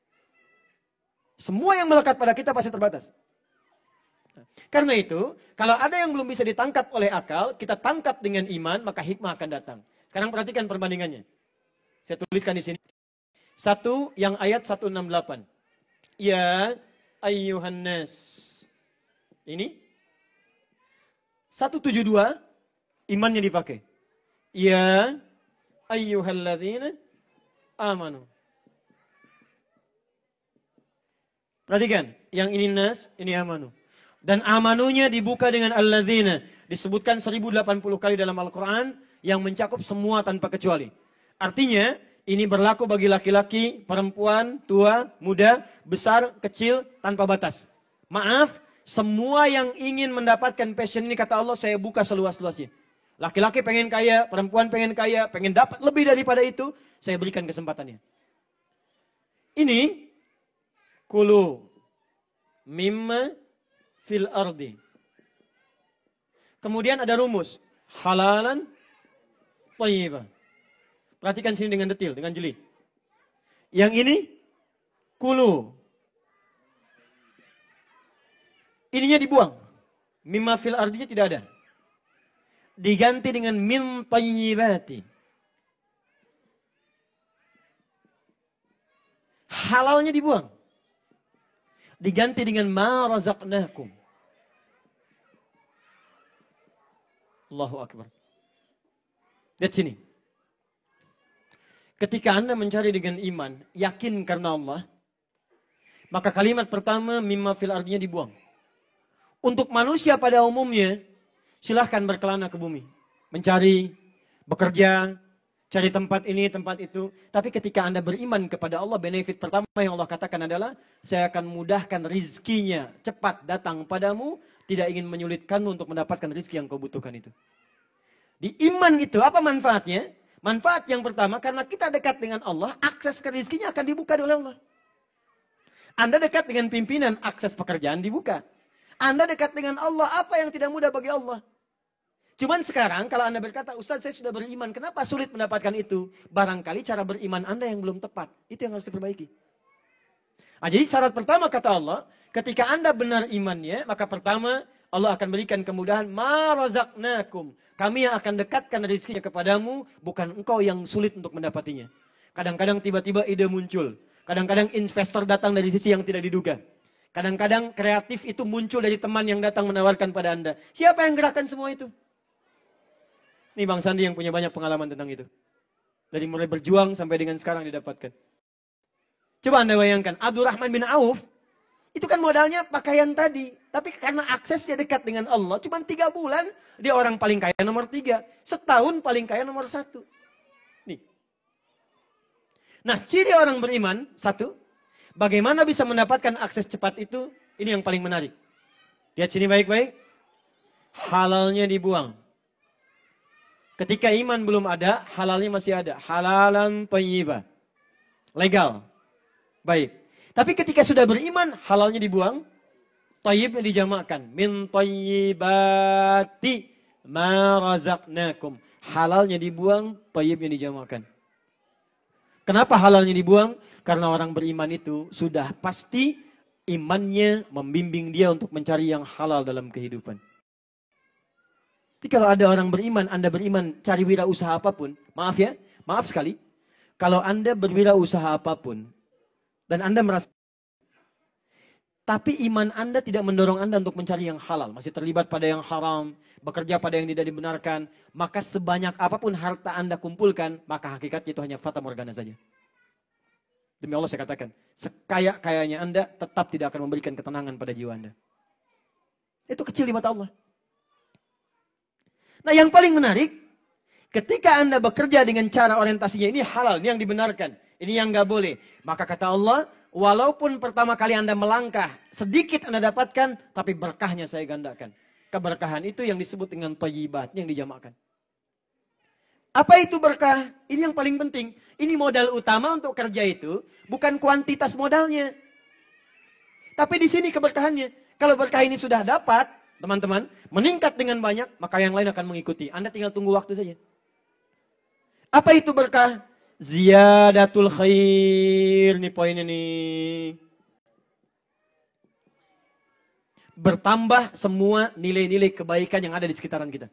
Semua yang melekat pada kita pasti terbatas. Karena itu, kalau ada yang belum bisa ditangkap oleh akal, kita tangkap dengan iman, maka hikmah akan datang. Sekarang perhatikan perbandingannya. Saya tuliskan di sini. Satu, yang ayat 168. Ya ayyuhan nas. Ini. 172, imannya dipakai. Ya ayyuhalladzina amanu. Perhatikan, yang ini nas, ini amanu. Dan amanunya dibuka dengan alladzina. Disebutkan 1080 kali dalam Al-Quran yang mencakup semua tanpa kecuali. Artinya, ini berlaku bagi laki-laki, perempuan, tua, muda, besar, kecil, tanpa batas. Maaf, semua yang ingin mendapatkan passion ini kata Allah, saya buka seluas-luasnya. Laki-laki pengen kaya, perempuan pengen kaya, pengen dapat lebih daripada itu, saya berikan kesempatannya. Ini kulu mimma fil ardi. Kemudian ada rumus halalan thayyibah. Perhatikan sini dengan detail, dengan jeli. Yang ini kulu. Ininya dibuang. Mimma fil ardinya tidak ada. Diganti dengan min tayyibati. Halalnya dibuang. Diganti dengan ma razaqnakum. Allahu Akbar. Lihat sini. Ketika Anda mencari dengan iman, yakin karena Allah, maka kalimat pertama mimma fil ardinya dibuang. Untuk manusia pada umumnya, silahkan berkelana ke bumi. Mencari, bekerja, cari tempat ini, tempat itu. Tapi ketika Anda beriman kepada Allah, benefit pertama yang Allah katakan adalah, saya akan mudahkan rizkinya cepat datang padamu, tidak ingin menyulitkanmu untuk mendapatkan rizki yang kau butuhkan itu. Di iman itu, apa manfaatnya? Manfaat yang pertama, karena kita dekat dengan Allah, akses ke rizkinya akan dibuka oleh Allah. Anda dekat dengan pimpinan, akses pekerjaan dibuka. Anda dekat dengan Allah, apa yang tidak mudah bagi Allah? Cuman sekarang kalau Anda berkata, Ustaz saya sudah beriman, kenapa sulit mendapatkan itu? Barangkali cara beriman Anda yang belum tepat. Itu yang harus diperbaiki. Nah, jadi syarat pertama kata Allah, ketika Anda benar imannya, maka pertama Allah akan berikan kemudahan, ma razaqnakum. Kami yang akan dekatkan rezekinya kepadamu, bukan engkau yang sulit untuk mendapatinya. Kadang-kadang tiba-tiba ide muncul. Kadang-kadang investor datang dari sisi yang tidak diduga. Kadang-kadang kreatif itu muncul dari teman yang datang menawarkan pada Anda. Siapa yang gerakan semua itu? Ini Bang Sandi yang punya banyak pengalaman tentang itu. Dari mulai berjuang sampai dengan sekarang didapatkan. Coba Anda bayangkan, Abdurrahman bin Auf, itu kan modalnya pakaian tadi. Tapi karena aksesnya dekat dengan Allah, cuma 3 bulan, dia orang paling kaya nomor 3. Setahun paling kaya nomor 1. Nih. Nah, ciri orang beriman, 1, bagaimana bisa mendapatkan akses cepat itu, ini yang paling menarik. Lihat sini baik-baik. Halalnya dibuang. Ketika iman belum ada, halalnya masih ada. Halalan thayyibah. Legal. Baik. Tapi ketika sudah beriman, halalnya dibuang, thayyibnya dijamakkan. Min thayyibati ma razaqnakum. Halalnya dibuang, thayyibnya dijamakkan. Kenapa halalnya dibuang? Karena orang beriman itu sudah pasti imannya membimbing dia untuk mencari yang halal dalam kehidupan. Jadi kalau ada orang beriman, Anda beriman cari wirausaha apapun, maaf ya, maaf sekali. Kalau Anda berwirausaha apapun, dan Anda merasa, tapi iman Anda tidak mendorong Anda untuk mencari yang halal, masih terlibat pada yang haram, bekerja pada yang tidak dibenarkan, maka sebanyak apapun harta Anda kumpulkan, maka hakikatnya itu hanya fata morgana saja. Demi Allah saya katakan, sekaya-kayanya Anda tetap tidak akan memberikan ketenangan pada jiwa Anda. Itu kecil di mata Allah. Nah yang paling menarik, ketika Anda bekerja dengan cara orientasinya ini halal, ini yang dibenarkan, ini yang nggak boleh. Maka kata Allah, walaupun pertama kali Anda melangkah, sedikit Anda dapatkan, tapi berkahnya saya gandakan. Keberkahan itu yang disebut dengan thayyibat, yang dijamakkan. Apa itu berkah? Ini yang paling penting. Ini modal utama untuk kerja itu, bukan kuantitas modalnya. Tapi di sini keberkahannya. Kalau berkah ini sudah dapat, teman-teman, meningkat dengan banyak, maka yang lain akan mengikuti. Anda tinggal tunggu waktu saja. Apa itu berkah? Ziyadatul khair. Ini poinnya nih. Bertambah semua nilai-nilai kebaikan yang ada di sekitaran kita.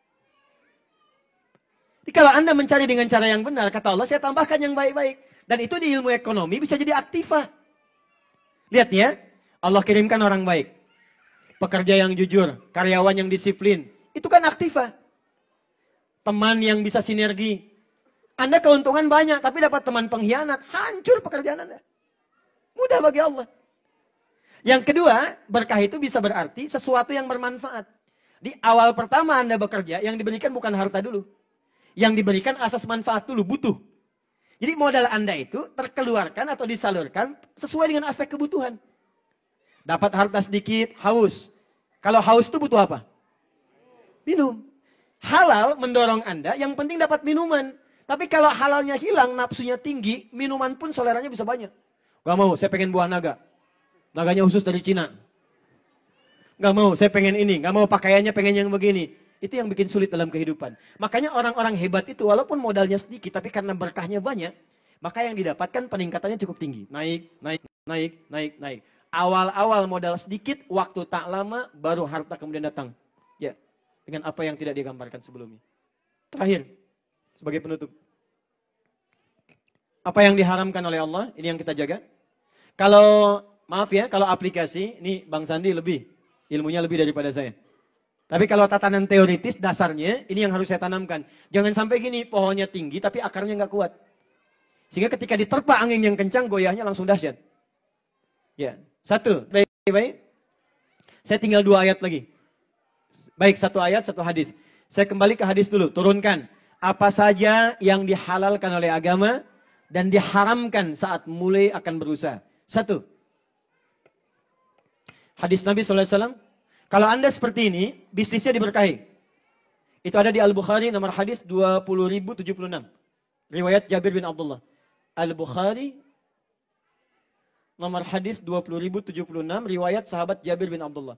Jadi kalau Anda mencari dengan cara yang benar, kata Allah, saya tambahkan yang baik-baik. Dan itu di ilmu ekonomi bisa jadi aktiva. Lihat ya, Allah kirimkan orang baik. Pekerja yang jujur, karyawan yang disiplin. Itu kan aktiva. Teman yang bisa sinergi. Anda keuntungan banyak, tapi dapat teman pengkhianat. Hancur pekerjaan Anda. Mudah bagi Allah. Yang kedua, berkah itu bisa berarti sesuatu yang bermanfaat. Di awal pertama Anda bekerja, yang diberikan bukan harta dulu. Yang diberikan asas manfaat dulu, butuh. Jadi modal Anda itu terkeluarkan atau disalurkan sesuai dengan aspek kebutuhan. Dapat harta sedikit, haus. Kalau haus itu butuh apa? Minum. Halal mendorong Anda, yang penting dapat minuman. Tapi kalau halalnya hilang, nafsunya tinggi, minuman pun seleranya bisa banyak. Gak mau, saya pengen buah naga. Naganya khusus dari Cina. Gak mau, saya pengen ini. Gak mau pakaiannya pengen yang begini. Itu yang bikin sulit dalam kehidupan. Makanya orang-orang hebat itu walaupun modalnya sedikit, tapi karena berkahnya banyak, maka yang didapatkan peningkatannya cukup tinggi. Naik, naik, naik, naik, naik. Awal-awal modal sedikit, waktu tak lama, baru harta kemudian datang. Ya, dengan apa yang tidak digambarkan sebelumnya. Terakhir, sebagai penutup. Apa yang diharamkan oleh Allah, ini yang kita jaga. Kalau, maaf ya, kalau aplikasi, ini Bang Sandi lebih, ilmunya lebih daripada saya. Tapi kalau tatanan teoritis dasarnya, ini yang harus saya tanamkan. Jangan sampai gini, pohonnya tinggi tapi akarnya nggak kuat. Sehingga ketika diterpa angin yang kencang, goyahnya langsung dahsyat. Ya, satu, baik-baik. Saya tinggal 2 ayat lagi. Baik, 1 ayat, 1 hadis. Saya kembali ke hadis dulu, turunkan. Apa saja yang dihalalkan oleh agama dan diharamkan saat mulai akan berusaha. 1. Hadis Nabi SAW. Kalau Anda seperti ini, bisnisnya diberkahi. Itu ada di Al-Bukhari nomor hadis 20.076. Riwayat Jabir bin Abdullah. Al-Bukhari nomor hadis 20.076. Riwayat sahabat Jabir bin Abdullah.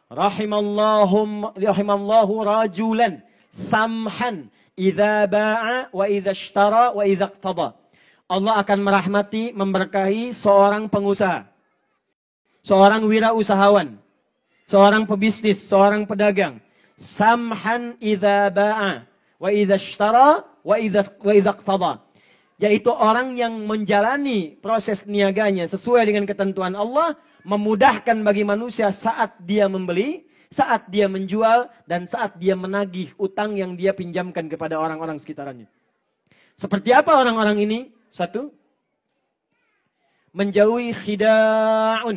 Rahimallahu rajulan samhan idza ba'a wa idza ishtara wa idza iqtada. Allah akan merahmati, memberkahi seorang pengusaha. Seorang wirausahawan. Seorang pebisnis, seorang pedagang. Samhan idza ba'a wa idza ishtara wa idza iqtada. Yaitu orang yang menjalani proses niaganya sesuai dengan ketentuan Allah, memudahkan bagi manusia saat dia membeli, saat dia menjual, dan saat dia menagih utang yang dia pinjamkan kepada orang-orang sekitarnya. Seperti apa orang-orang ini? Satu, menjauhi khida'un.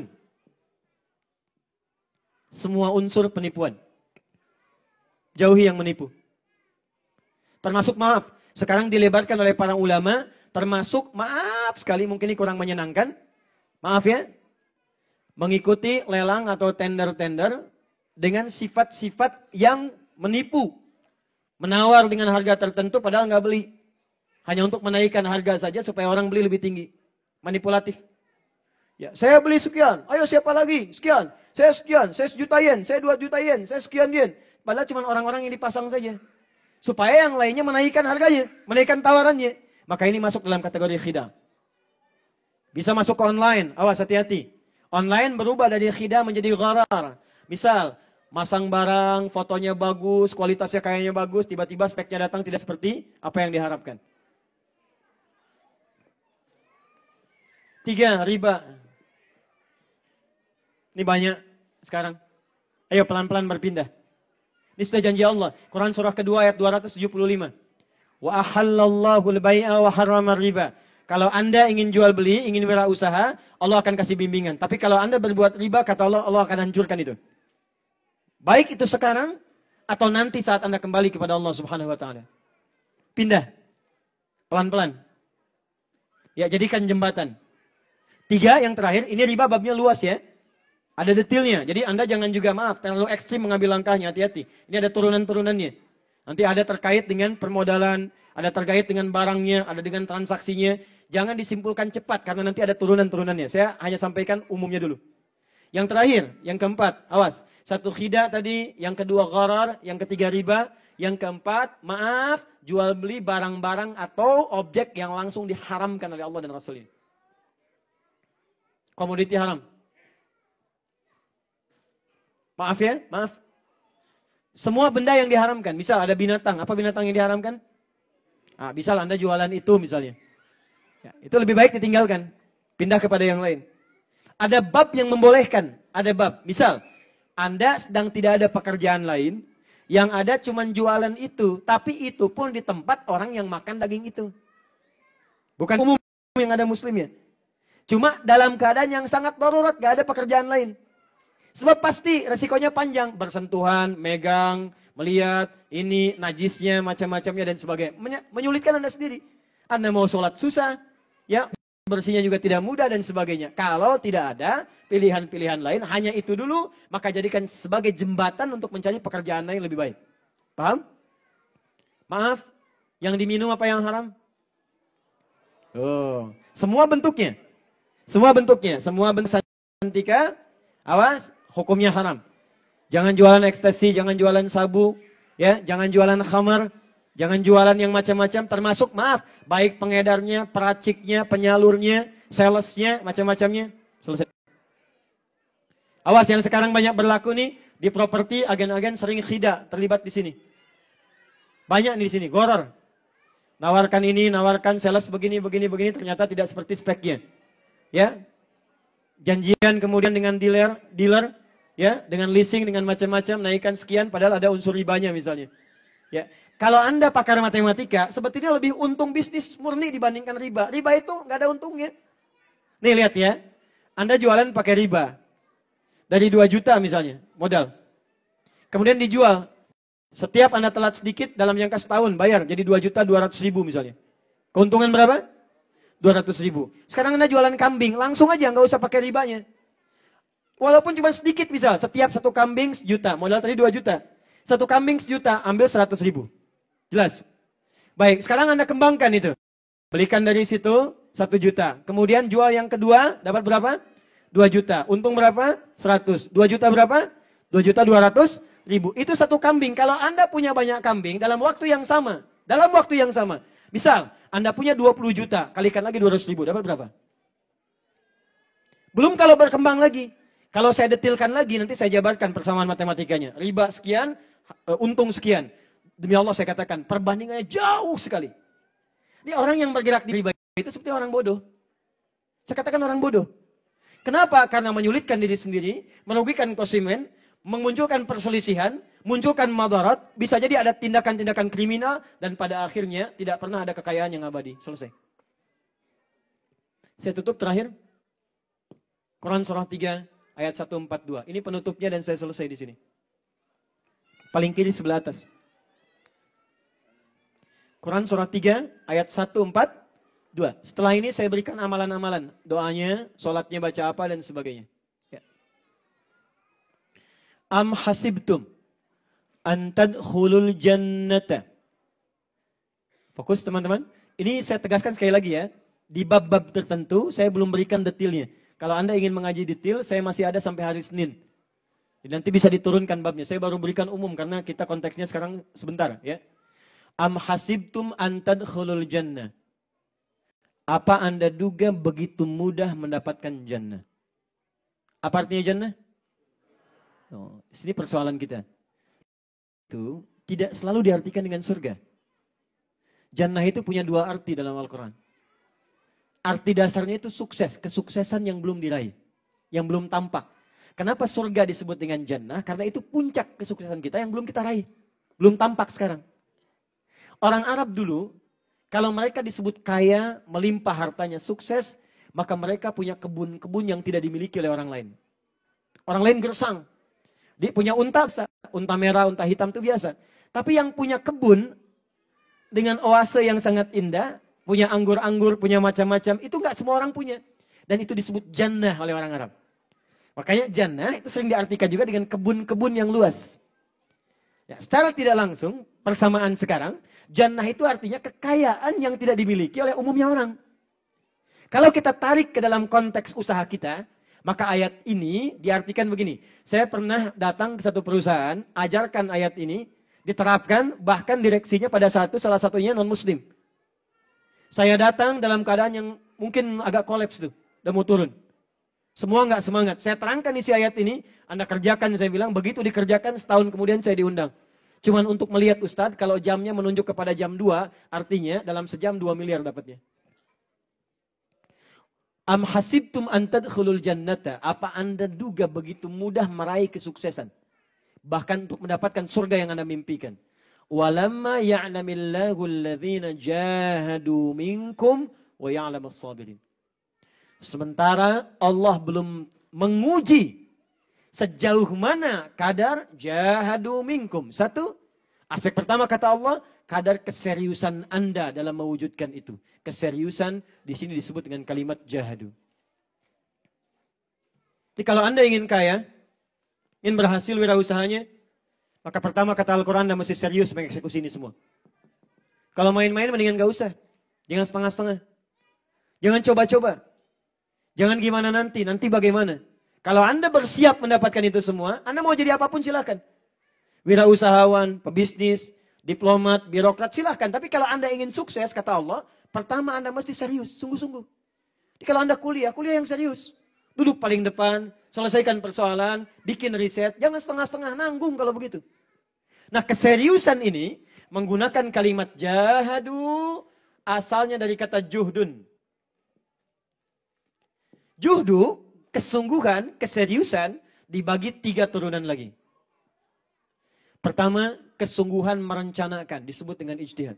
Semua unsur penipuan. Jauhi yang menipu. Termasuk maaf, sekarang dilebarkan oleh para ulama, termasuk maaf sekali, mungkin ini kurang menyenangkan. Maaf ya, mengikuti lelang atau tender-tender dengan sifat-sifat yang menipu. Menawar dengan harga tertentu padahal nggak beli. Hanya untuk menaikkan harga saja supaya orang beli lebih tinggi. Manipulatif. Ya, saya beli sekian, ayo siapa lagi? Sekian, saya 1 juta yen, saya 2 juta yen, saya sekian yen. Padahal cuma orang-orang yang dipasang saja. Supaya yang lainnya menaikkan harganya, menaikkan tawarannya. Maka ini masuk dalam kategori khida. Bisa masuk ke online, awas hati-hati. Online berubah dari khida menjadi gharar. Misal, masang barang, fotonya bagus, kualitasnya kayaknya bagus, tiba-tiba speknya datang tidak seperti apa yang diharapkan. 3, riba. Ini banyak sekarang. Ayo pelan-pelan berpindah. Ini sudah janji Allah. Quran surah kedua ayat 275. Wa ahallallahu al-bai'a wa harrama riba. Kalau Anda ingin jual beli, ingin wirausaha, Allah akan kasih bimbingan. Tapi kalau Anda berbuat riba, kata Allah, Allah akan hancurkan itu. Baik itu sekarang atau nanti saat Anda kembali kepada Allah Subhanahu wa taala. Pindah. Pelan-pelan. Ya, jadikan jembatan. 3 yang terakhir, ini riba babnya luas ya. Ada detailnya. Jadi Anda jangan juga terlalu ekstrim mengambil langkahnya, hati-hati. Ini ada turunan-turunannya. Nanti ada terkait dengan permodalan, ada terkait dengan barangnya, ada dengan transaksinya. Jangan disimpulkan cepat karena nanti ada turunan-turunannya. Saya hanya sampaikan umumnya dulu. Yang terakhir, yang keempat, awas. 1 khida tadi, yang kedua gharar, yang ketiga riba, yang keempat, jual beli barang-barang atau objek yang langsung diharamkan oleh Allah dan Rasulnya. Komoditi haram. Maaf ya, maaf. Semua benda yang diharamkan. Misal ada binatang, apa binatang yang diharamkan? Nah, misal Anda jualan itu misalnya. Ya, itu lebih baik ditinggalkan. Pindah kepada yang lain. Ada bab yang membolehkan. Ada bab. Misal, Anda sedang tidak ada pekerjaan lain. Yang ada cuma jualan itu. Tapi itu pun di tempat orang yang makan daging itu. Bukan umum yang ada muslimnya. Cuma dalam keadaan yang sangat darurat, gak ada pekerjaan lain. Sebab pasti resikonya panjang. Bersentuhan, megang, melihat, ini najisnya, macam-macamnya dan sebagainya. Menyulitkan Anda sendiri. Anda mau sholat susah, ya bersihnya juga tidak mudah dan sebagainya. Kalau tidak ada pilihan-pilihan lain, hanya itu dulu, maka jadikan sebagai jembatan untuk mencari pekerjaan lain lebih baik. Paham? Maaf, yang diminum apa yang haram? Oh, semua bentuknya. Semua bentuknya, semua bentuk santika, awas, hukumnya haram. Jangan jualan ekstasi, jangan jualan sabu, ya, jangan jualan khamar, jangan jualan yang macam-macam, termasuk baik pengedarnya, peraciknya, penyalurnya, salesnya, macam-macamnya. Selesai. Awas yang sekarang banyak berlaku nih di properti, agen-agen sering khida terlibat di sini. Banyak nih di sini, gharar. Nawarkan ini, nawarkan sales begini, ternyata tidak seperti speknya. Ya, janjian kemudian dengan dealer, ya, dengan leasing, dengan macam-macam, naikkan sekian, padahal ada unsur ribanya misalnya. Ya, kalau Anda pakar matematika, sebetulnya lebih untung bisnis murni dibandingkan riba. Riba itu nggak ada untungnya. Nih lihat ya, Anda jualan pakai riba, dari 2 juta misalnya, modal. Kemudian dijual, setiap Anda telat sedikit dalam jangka setahun, bayar, jadi 2.200.000 misalnya. Keuntungan berapa? 200.000. Sekarang Anda jualan kambing, langsung aja nggak usah pakai ribanya. Walaupun cuma sedikit misal, setiap 1 kambing 1 juta, modal tadi 2 juta. 1 kambing 1 juta, ambil 100.000. Jelas? Baik, sekarang Anda kembangkan itu. Belikan dari situ 1 juta. Kemudian jual yang kedua, dapat berapa? 2 juta. Untung berapa? 100. 2 juta berapa? 2.200.000. Itu 1 kambing. Kalau Anda punya banyak kambing dalam waktu yang sama. Misal, Anda punya 20 juta, kalikan lagi 200.000, dapat berapa? Belum kalau berkembang lagi. Kalau saya detilkan lagi, nanti saya jabarkan persamaan matematikanya. Riba sekian, untung sekian. Demi Allah saya katakan, perbandingannya jauh sekali. Ini orang yang bergerak di riba itu seperti orang bodoh. Saya katakan orang bodoh. Kenapa? Karena menyulitkan diri sendiri, merugikan konsumen, memunculkan perselisihan, munculkan madarat, bisa jadi ada tindakan-tindakan kriminal, dan pada akhirnya tidak pernah ada kekayaan yang abadi. Selesai. Saya tutup terakhir. Quran surah 3 ayat 142. Ini penutupnya dan saya selesai di sini. Paling kiri sebelah atas. Quran surah 3 ayat 142. Setelah ini saya berikan amalan-amalan. Doanya, sholatnya baca apa dan sebagainya. Ya. Am hasibtum an tadkhulul jannata. Fokus teman-teman. Ini saya tegaskan sekali lagi ya. Di bab-bab tertentu saya belum berikan detailnya. Kalau Anda ingin mengaji detail, saya masih ada sampai hari Senin. Jadi nanti bisa diturunkan babnya. Saya baru berikan umum karena kita konteksnya sekarang sebentar ya. Am hasibtum an tadkhulul jannah. Apa Anda duga begitu mudah mendapatkan jannah? Apa artinya jannah? Oh, sini persoalan kita. Itu tidak selalu diartikan dengan surga. Jannah itu punya dua arti dalam Al-Quran. Arti dasarnya itu sukses, kesuksesan yang belum diraih, yang belum tampak. Kenapa surga disebut dengan jannah? Karena itu puncak kesuksesan kita yang belum kita raih, belum tampak sekarang. Orang Arab dulu, kalau mereka disebut kaya, melimpah hartanya, sukses, maka mereka punya kebun-kebun yang tidak dimiliki oleh orang lain. Orang lain gersang. Dia punya unta merah, unta hitam itu biasa. Tapi yang punya kebun dengan oase yang sangat indah, punya anggur-anggur, punya macam-macam, itu nggak semua orang punya. Dan itu disebut jannah oleh orang Arab. Makanya jannah itu sering diartikan juga dengan kebun-kebun yang luas. Ya, secara tidak langsung, persamaan sekarang, jannah itu artinya kekayaan yang tidak dimiliki oleh umumnya orang. Kalau kita tarik ke dalam konteks usaha kita, maka ayat ini diartikan begini. Saya pernah datang ke satu perusahaan, ajarkan ayat ini, diterapkan, bahkan direksinya pada salah satunya non-muslim. Saya datang dalam keadaan yang mungkin agak kolaps tuh, udah mau turun. Semua nggak semangat. Saya terangkan isi ayat ini, Anda kerjakan, saya bilang, begitu dikerjakan, setahun kemudian saya diundang. Cuman untuk melihat Ustadz, kalau jamnya menunjuk kepada jam 2, artinya dalam sejam 2 miliar dapatnya. Am hasibtum an tadkhulul jannata. Apa Anda duga begitu mudah meraih kesuksesan? Bahkan untuk mendapatkan surga yang Anda mimpikan. Walamma ya'lamillahu alladhina jahadu minkum wa ya'lamas sabirin. Sementara Allah belum menguji sejauh mana kadar jahadu minkum. Satu, aspek pertama kata Allah, kadar keseriusan Anda dalam mewujudkan itu. Keseriusan di sini disebut dengan kalimat jahadu. Jadi kalau Anda ingin kaya, ingin berhasil wirausahanya, maka pertama kata Al-Quran Anda mesti serius mengeksekusi ini semua. Kalau main-main mendingan gak usah. Jangan setengah-setengah. Jangan coba-coba. Jangan gimana nanti bagaimana. Kalau Anda bersiap mendapatkan itu semua, Anda mau jadi apapun silakan. Wirausahawan, pebisnis, diplomat, birokrat silakan. Tapi kalau Anda ingin sukses, kata Allah, pertama Anda mesti serius, sungguh-sungguh. Jadi kalau Anda kuliah yang serius. Duduk paling depan, selesaikan persoalan, bikin riset. Jangan setengah-setengah, nanggung kalau begitu. Nah keseriusan ini menggunakan kalimat jahadu asalnya dari kata juhdun. Juhdu, kesungguhan, keseriusan dibagi 3 turunan lagi. Pertama, kesungguhan merencanakan disebut dengan ijtihad.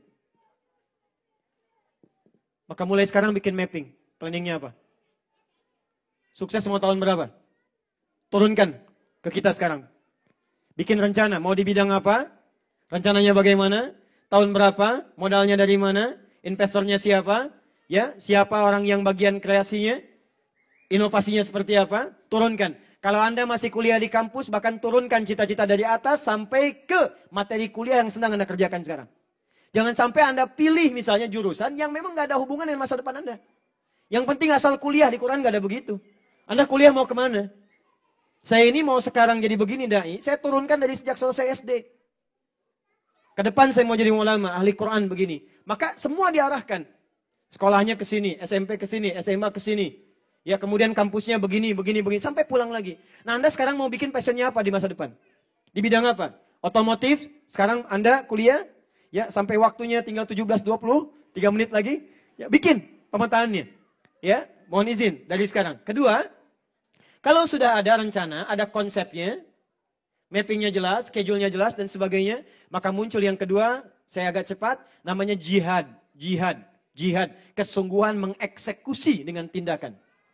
Maka mulai sekarang bikin mapping. Planningnya apa? Sukses mau tahun berapa? Turunkan ke kita sekarang. Bikin rencana, mau di bidang apa? Rencananya bagaimana? Tahun berapa? Modalnya dari mana? Investornya siapa? Ya, siapa orang yang bagian kreasinya? Inovasinya seperti apa? Turunkan. Kalau Anda masih kuliah di kampus, bahkan turunkan cita-cita dari atas sampai ke materi kuliah yang sedang Anda kerjakan sekarang. Jangan sampai Anda pilih misalnya jurusan yang memang nggak ada hubungan dengan masa depan Anda. Yang penting asal kuliah, di Quran nggak ada begitu. Anda kuliah mau kemana? Saya ini mau sekarang jadi begini dai, saya turunkan dari sejak selesai SD. Ke depan saya mau jadi ulama, ahli Quran begini. Maka semua diarahkan. Sekolahnya ke sini, SMP ke sini, SMA ke sini. Ya kemudian kampusnya begini, sampai pulang lagi. Nah Anda sekarang mau bikin passionnya apa di masa depan? Di bidang apa? Otomotif, sekarang Anda kuliah, ya sampai waktunya tinggal 17.20, 3 menit lagi, ya bikin pemetaannya. Ya, mohon izin dari sekarang. Kedua, Kalau sudah ada rencana, ada konsepnya, mappingnya jelas, schedule-nya jelas dan sebagainya, maka muncul yang kedua, saya agak cepat, namanya jihad. Jihad, kesungguhan mengeksekusi dengan tindakan.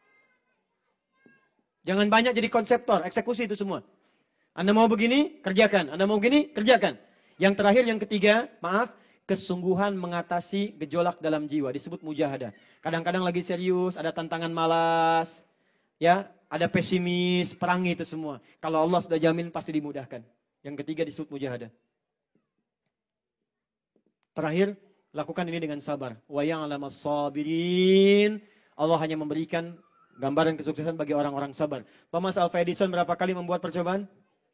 Jangan banyak jadi konseptor, eksekusi itu semua. Anda mau begini, kerjakan. Anda mau begini, kerjakan. Yang terakhir, yang ketiga, maaf, kesungguhan mengatasi gejolak dalam jiwa, disebut mujahadah. Kadang-kadang lagi serius, ada tantangan malas, ya, ada pesimis, perangi itu semua. Kalau Allah sudah jamin pasti dimudahkan. Yang ketiga disebut mujahadah. Terakhir, lakukan ini dengan sabar. Wa ya'lamas sabirin. Allah hanya memberikan gambaran kesuksesan bagi orang-orang sabar. Thomas Alva Edison berapa kali membuat percobaan?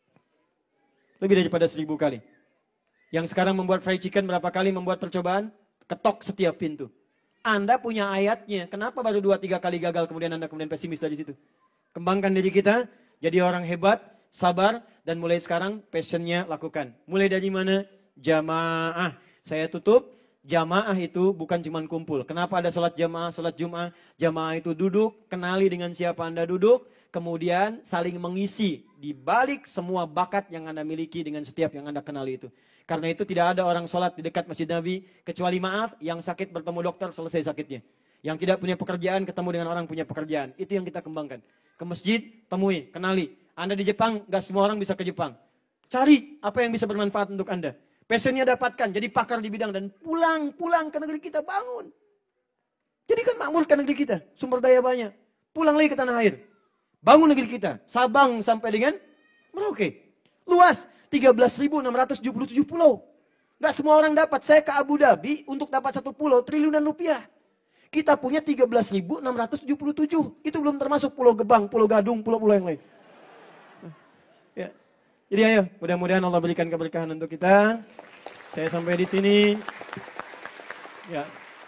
Lebih daripada 1000 kali. Yang sekarang membuat fried chicken berapa kali membuat percobaan? Ketok setiap pintu. Anda punya ayatnya. Kenapa baru 2-3 kali gagal kemudian Anda kemudian pesimis dari situ? Kembangkan diri kita, jadi orang hebat, sabar, dan mulai sekarang passionnya lakukan. Mulai dari mana? Jamaah. Saya tutup. Jamaah itu bukan cuma kumpul. Kenapa ada sholat jamaah, sholat Jum'ah? Jamaah itu duduk, kenali dengan siapa Anda duduk, kemudian saling mengisi di balik semua bakat yang Anda miliki dengan setiap yang Anda kenali itu. Karena itu tidak ada orang sholat di dekat Masjid Nabi, kecuali maaf, yang sakit bertemu dokter selesai sakitnya. Yang tidak punya pekerjaan ketemu dengan orang punya pekerjaan. Itu yang kita kembangkan. Ke masjid, temui, kenali. Anda di Jepang, gak semua orang bisa ke Jepang. Cari apa yang bisa bermanfaat untuk Anda. Passionnya dapatkan, jadi pakar di bidang dan pulang ke negeri kita, bangun. Jadi kan makmurkan negeri kita, sumber daya banyak. Pulang lagi ke tanah air. Bangun negeri kita, Sabang sampai dengan Merauke. Luas, 13.677 pulau. Gak semua orang dapat, saya ke Abu Dhabi untuk dapat 1 pulau, triliunan rupiah. Kita punya 13.677, itu belum termasuk Pulau Gebang, Pulau Gadung, pulau-pulau yang lain. Ya. Jadi ayo, mudah-mudahan Allah berikan keberkahan untuk kita. Saya sampai di sini. Ya.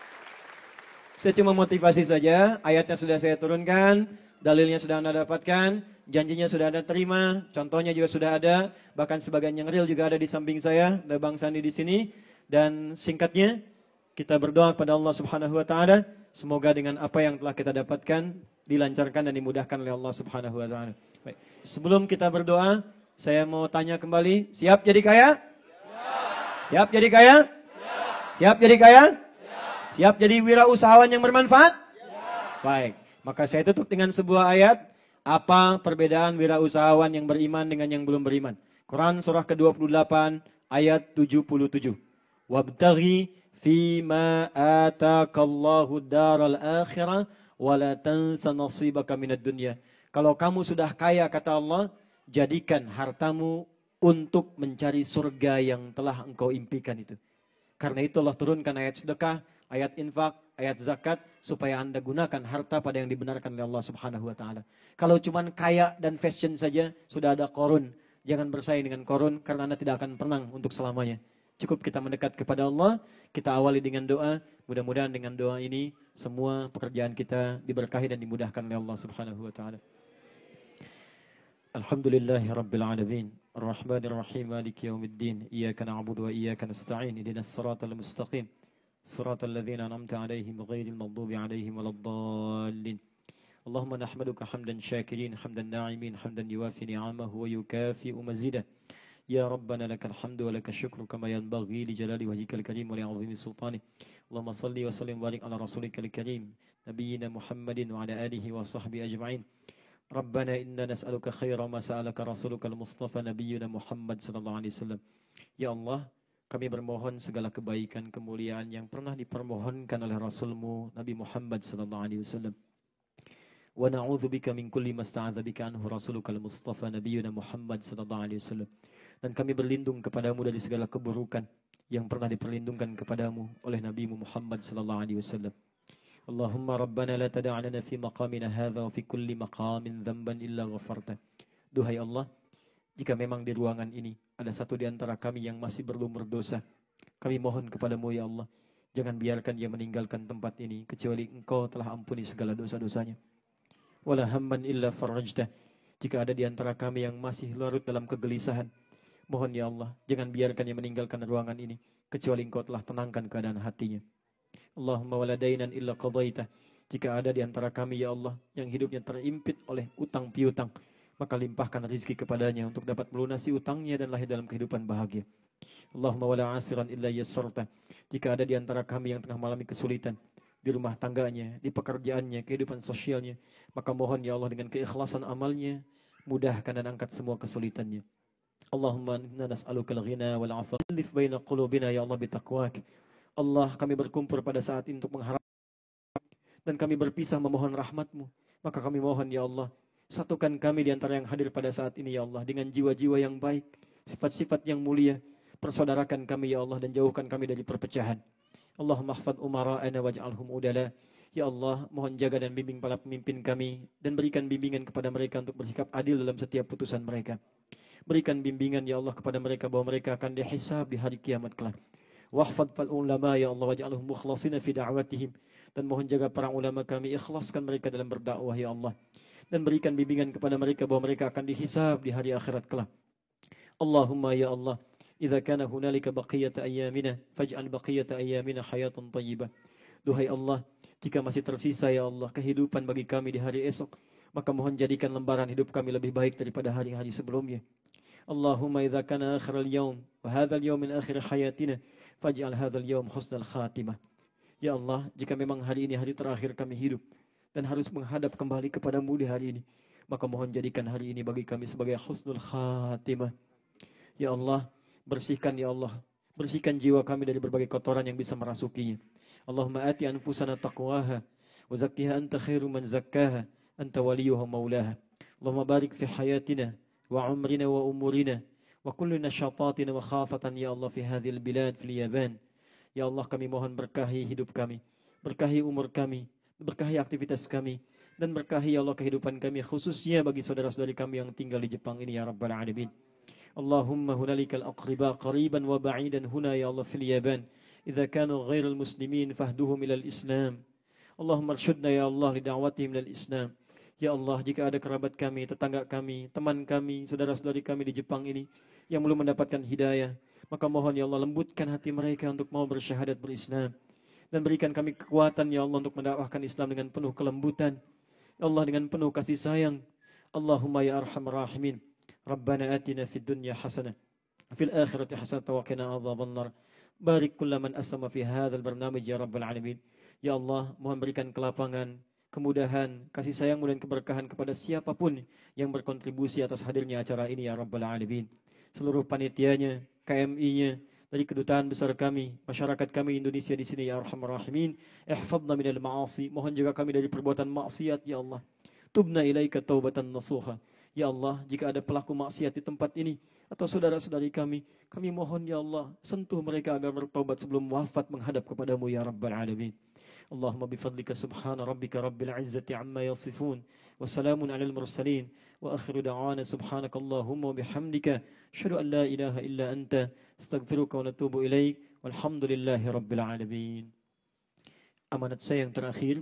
Saya cuma motivasi saja, ayatnya sudah saya turunkan, dalilnya sudah Anda dapatkan, janjinya sudah Anda terima, contohnya juga sudah ada, bahkan sebagian yang real juga ada di samping saya, ada Bang Sandi di sini. Dan singkatnya, kita berdoa kepada Allah Subhanahu wa taala, semoga dengan apa yang telah kita dapatkan dilancarkan dan dimudahkan oleh Allah Subhanahu wa taala. Baik. Sebelum kita berdoa, saya mau tanya kembali, siap jadi kaya? Siap jadi kaya? Siap jadi kaya? Siap jadi wirausahawan yang bermanfaat? Baik, maka saya tutup dengan sebuah ayat. Apa perbedaan wirausahawan yang beriman dengan yang belum beriman? Quran surah ke-28 ayat 77. Wabtaghi fima atakallahu daral akhirah wa la tansa nasibaka minad dunya. Kalau kamu sudah kaya, kata Allah, jadikan hartamu untuk mencari surga yang telah engkau impikan itu. Karena itu Allah turunkan ayat sedekah, ayat infak, ayat zakat, supaya Anda gunakan harta pada yang dibenarkan oleh Allah Subhanahu wa taala. Kalau cuma kaya dan fashion saja, sudah ada korun. Jangan bersaing dengan korun, karena Anda tidak akan menang untuk selamanya. Cukup kita mendekat kepada Allah, kita awali dengan doa. Mudah-mudahan dengan doa ini, semua pekerjaan kita diberkahi dan dimudahkan oleh Allah Subhanahu wa taala. Alhamdulillahi Rabbil Alamin Ar-Rahmanir Rahim Maliki Yawmiddin Iyaka na'budu wa iyaka nasta'in Ihdinas siratal mustaqim Siratal ladzina an'amta 'alaihim ghairil maghdubi 'alaihim waladdallin Allahumma nahmaduka hamdan syakirin hamdan na'imin hamdan yuwafi ni'amahu wa yukafi'u mazidah Ya Rabbana lakal hamdu wa lakal syukru kama yanbaghi li jalali wajhikal karim wa li'azimi sultanik Allahumma salli wa sallim wa barik ala rasulikal karim Nabiyyina Muhammadin wa ala alihi wa sahbihi ajma'in Rabbana inna nas'aluka khaira ma sa'alaka rasuluka al-mustafa nabiyyuna Muhammad sallallahu alaihi wasallam. Ya Allah, kami bermohon segala kebaikan, kemuliaan yang pernah dipermohonkan oleh Rasulmu Nabi Muhammad sallallahu alaihi wasallam. Wa na'udzubika min kulli masta'adza bika anhu rasuluka al-mustafa nabiyyuna Muhammad sallallahu alaihi wasallam. Dan kami berlindung kepadamu dari segala keburukan yang pernah diperlindungkan kepadamu oleh Nabi Muhammad sallallahu alaihi wasallam. Allahumma Rabbana la tada'lana fi maqamina hadha wa fi kulli maqamin dhanban illa ghafarta. Duhai Allah, jika memang di ruangan ini ada satu di antara kami yang masih berlumur dosa, kami mohon kepadamu ya Allah, jangan biarkan dia meninggalkan tempat ini kecuali Engkau telah ampuni segala dosa-dosanya. Wala hamman illa farajtah. Jika ada di antara kami yang masih larut dalam kegelisahan, mohon ya Allah, jangan biarkan dia meninggalkan ruangan ini kecuali Engkau telah tenangkan keadaan hatinya. Allahumma wala dainan illa qadaitah. jika ada di antara kami ya Allah yang hidupnya terimpit oleh utang piutang, maka limpahkan rezeki kepadanya untuk dapat melunasi utangnya dan lahir dalam kehidupan bahagia. Allahumma wala asiran illa yassarta. Jika ada di antara kami yang tengah mengalami kesulitan di rumah tangganya, di pekerjaannya, kehidupan sosialnya, maka mohon ya Allah dengan keikhlasan amalnya, mudahkan dan angkat semua kesulitannya. Allahumma inna nas'alukal ghina wal 'afwa. Alif baina qulubina ya Allah bitaqwak. Allah, kami berkumpul pada saat ini untuk mengharap dan kami berpisah memohon rahmat-Mu. Maka kami mohon ya Allah, satukan kami di antara yang hadir pada saat ini ya Allah dengan jiwa-jiwa yang baik, sifat-sifat yang mulia. Persaudarakan kami ya Allah dan jauhkan kami dari perpecahan. Allahumma ihfadz umara'ana waj'alhum udala. Ya Allah, mohon jaga dan bimbing para pemimpin kami dan berikan bimbingan kepada mereka untuk bersikap adil dalam setiap putusan mereka. Berikan bimbingan ya Allah kepada mereka bahwa mereka akan dihisab di hari kiamat kelak. Wahfadz fal ulama ya Allah waj'alhum mukhlasina fi da'watihim. Dan mohon jaga para ulama kami, ikhlaskan mereka dalam berdakwah ya Allah. Dan berikan bimbingan kepada mereka bahwa mereka akan dihisab di hari akhirat kelak. Allahumma ya Allah, idza kana hunalika baqiyata ayyamina faj'al baqiyata ayyamina hayatan thayyibah. Duhai Allah, jika masih tersisa ya Allah kehidupan bagi kami di hari esok, maka mohon jadikan lembaran hidup kami lebih baik daripada hari-hari sebelumnya. Allahumma idza kana akhiral yaum wa hadzal yaum min akhir hayatina faj'al hadzal yaum husnal khatimah. Ya Allah, jika memang hari ini hari terakhir kami hidup dan harus menghadap kembali kepadamu di hari ini, maka mohon jadikan hari ini bagi kami sebagai husnul khatimah. Ya Allah, bersihkan ya Allah, bersihkan jiwa kami dari berbagai kotoran yang bisa merasukinya. Allahumma ati anfusana taqwaha wa zakkiha anta khairu man zakkaha anta waliyuha maulaha. Allahumma barik fi hayatina wa umrina wa umurina wa kulli nashatatina wa khafatan ya Allah fi hadhil bilad fil Yaban. Ya Allah, kami mohon berkahi hidup kami, berkahi umur kami, berkahi aktivitas kami, dan berkahi ya Allah kehidupan kami, khususnya bagi saudara-saudari kami yang tinggal di Jepang ini ya Rabbal Alamin. Allahumma hunalikal aqriba qariban wa ba'idan huna ya Allah fil Yaban. Idza kanu ghairal muslimin fahduhum ilal Islam. Allahumma arsyudna ya Allah li da'watihim ilal Islam. Ya Allah, jika ada kerabat kami, tetangga kami, teman kami, saudara-saudari kami di Jepang ini yang belum mendapatkan hidayah, maka mohon ya Allah lembutkan hati mereka untuk mau bersyahadat berislam. Dan berikan kami kekuatan ya Allah untuk mendakwahkan Islam dengan penuh kelembutan. Ya Allah, dengan penuh kasih sayang. Allahumma ya arhamar rahimin. Rabbana atina fid dunya hasanah, fil akhirati hasanah wa qina adzabannar. Barik kullaman aslama fi hadzal barnamij ya rabbal alamin. Ya Allah, mohon berikan kelapangan, kemudahan, kasih sayang dan keberkahan kepada siapapun yang berkontribusi atas hadirnya acara ini ya rabbal alamin. Seluruh panitianya, KMI-nya, dari kedutaan besar kami, masyarakat kami Indonesia di sini ya arhamar rahimin. Ihfadna minal ma'asi, mohon jaga kami dari perbuatan maksiat ya Allah. Tubna ilaika taubatan nasuha. Ya Allah, jika ada pelaku maksiat di tempat ini atau saudara-saudari kami mohon ya Allah, sentuh mereka agar bertaubat sebelum wafat menghadap kepadamu ya rabbal alamin. Allahumma bifadlika subhana rabbika rabbil izzati amma yasifun wa salamun alal mursalin wa akhiru da'wana subhanakallahumma wa bihamdika asyhadu an la ilaha illa anta astaghfiruka wa natubu ilaik walhamdulillahi rabbil alamin. Amanat saya yang terakhir,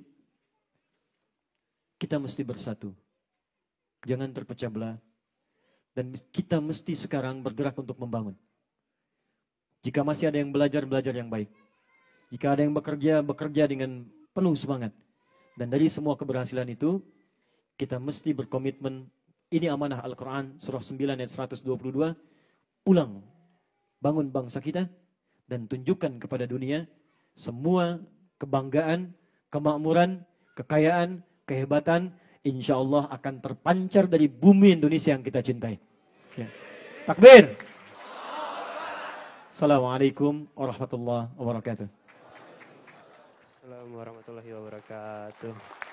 kita mesti bersatu, jangan terpecah belah, dan kita mesti sekarang bergerak untuk membangun. Jika masih ada yang belajar yang baik. Jika ada yang bekerja dengan penuh semangat. Dan dari semua keberhasilan itu, kita mesti berkomitmen, ini amanah Al-Quran, surah 9 ayat 122, ulang, bangun bangsa kita, dan tunjukkan kepada dunia, semua kebanggaan, kemakmuran, kekayaan, kehebatan, insya Allah akan terpancar dari bumi Indonesia yang kita cintai. Ya. Takbir. Assalamualaikum warahmatullahi wabarakatuh. Assalamualaikum warahmatullahi wabarakatuh.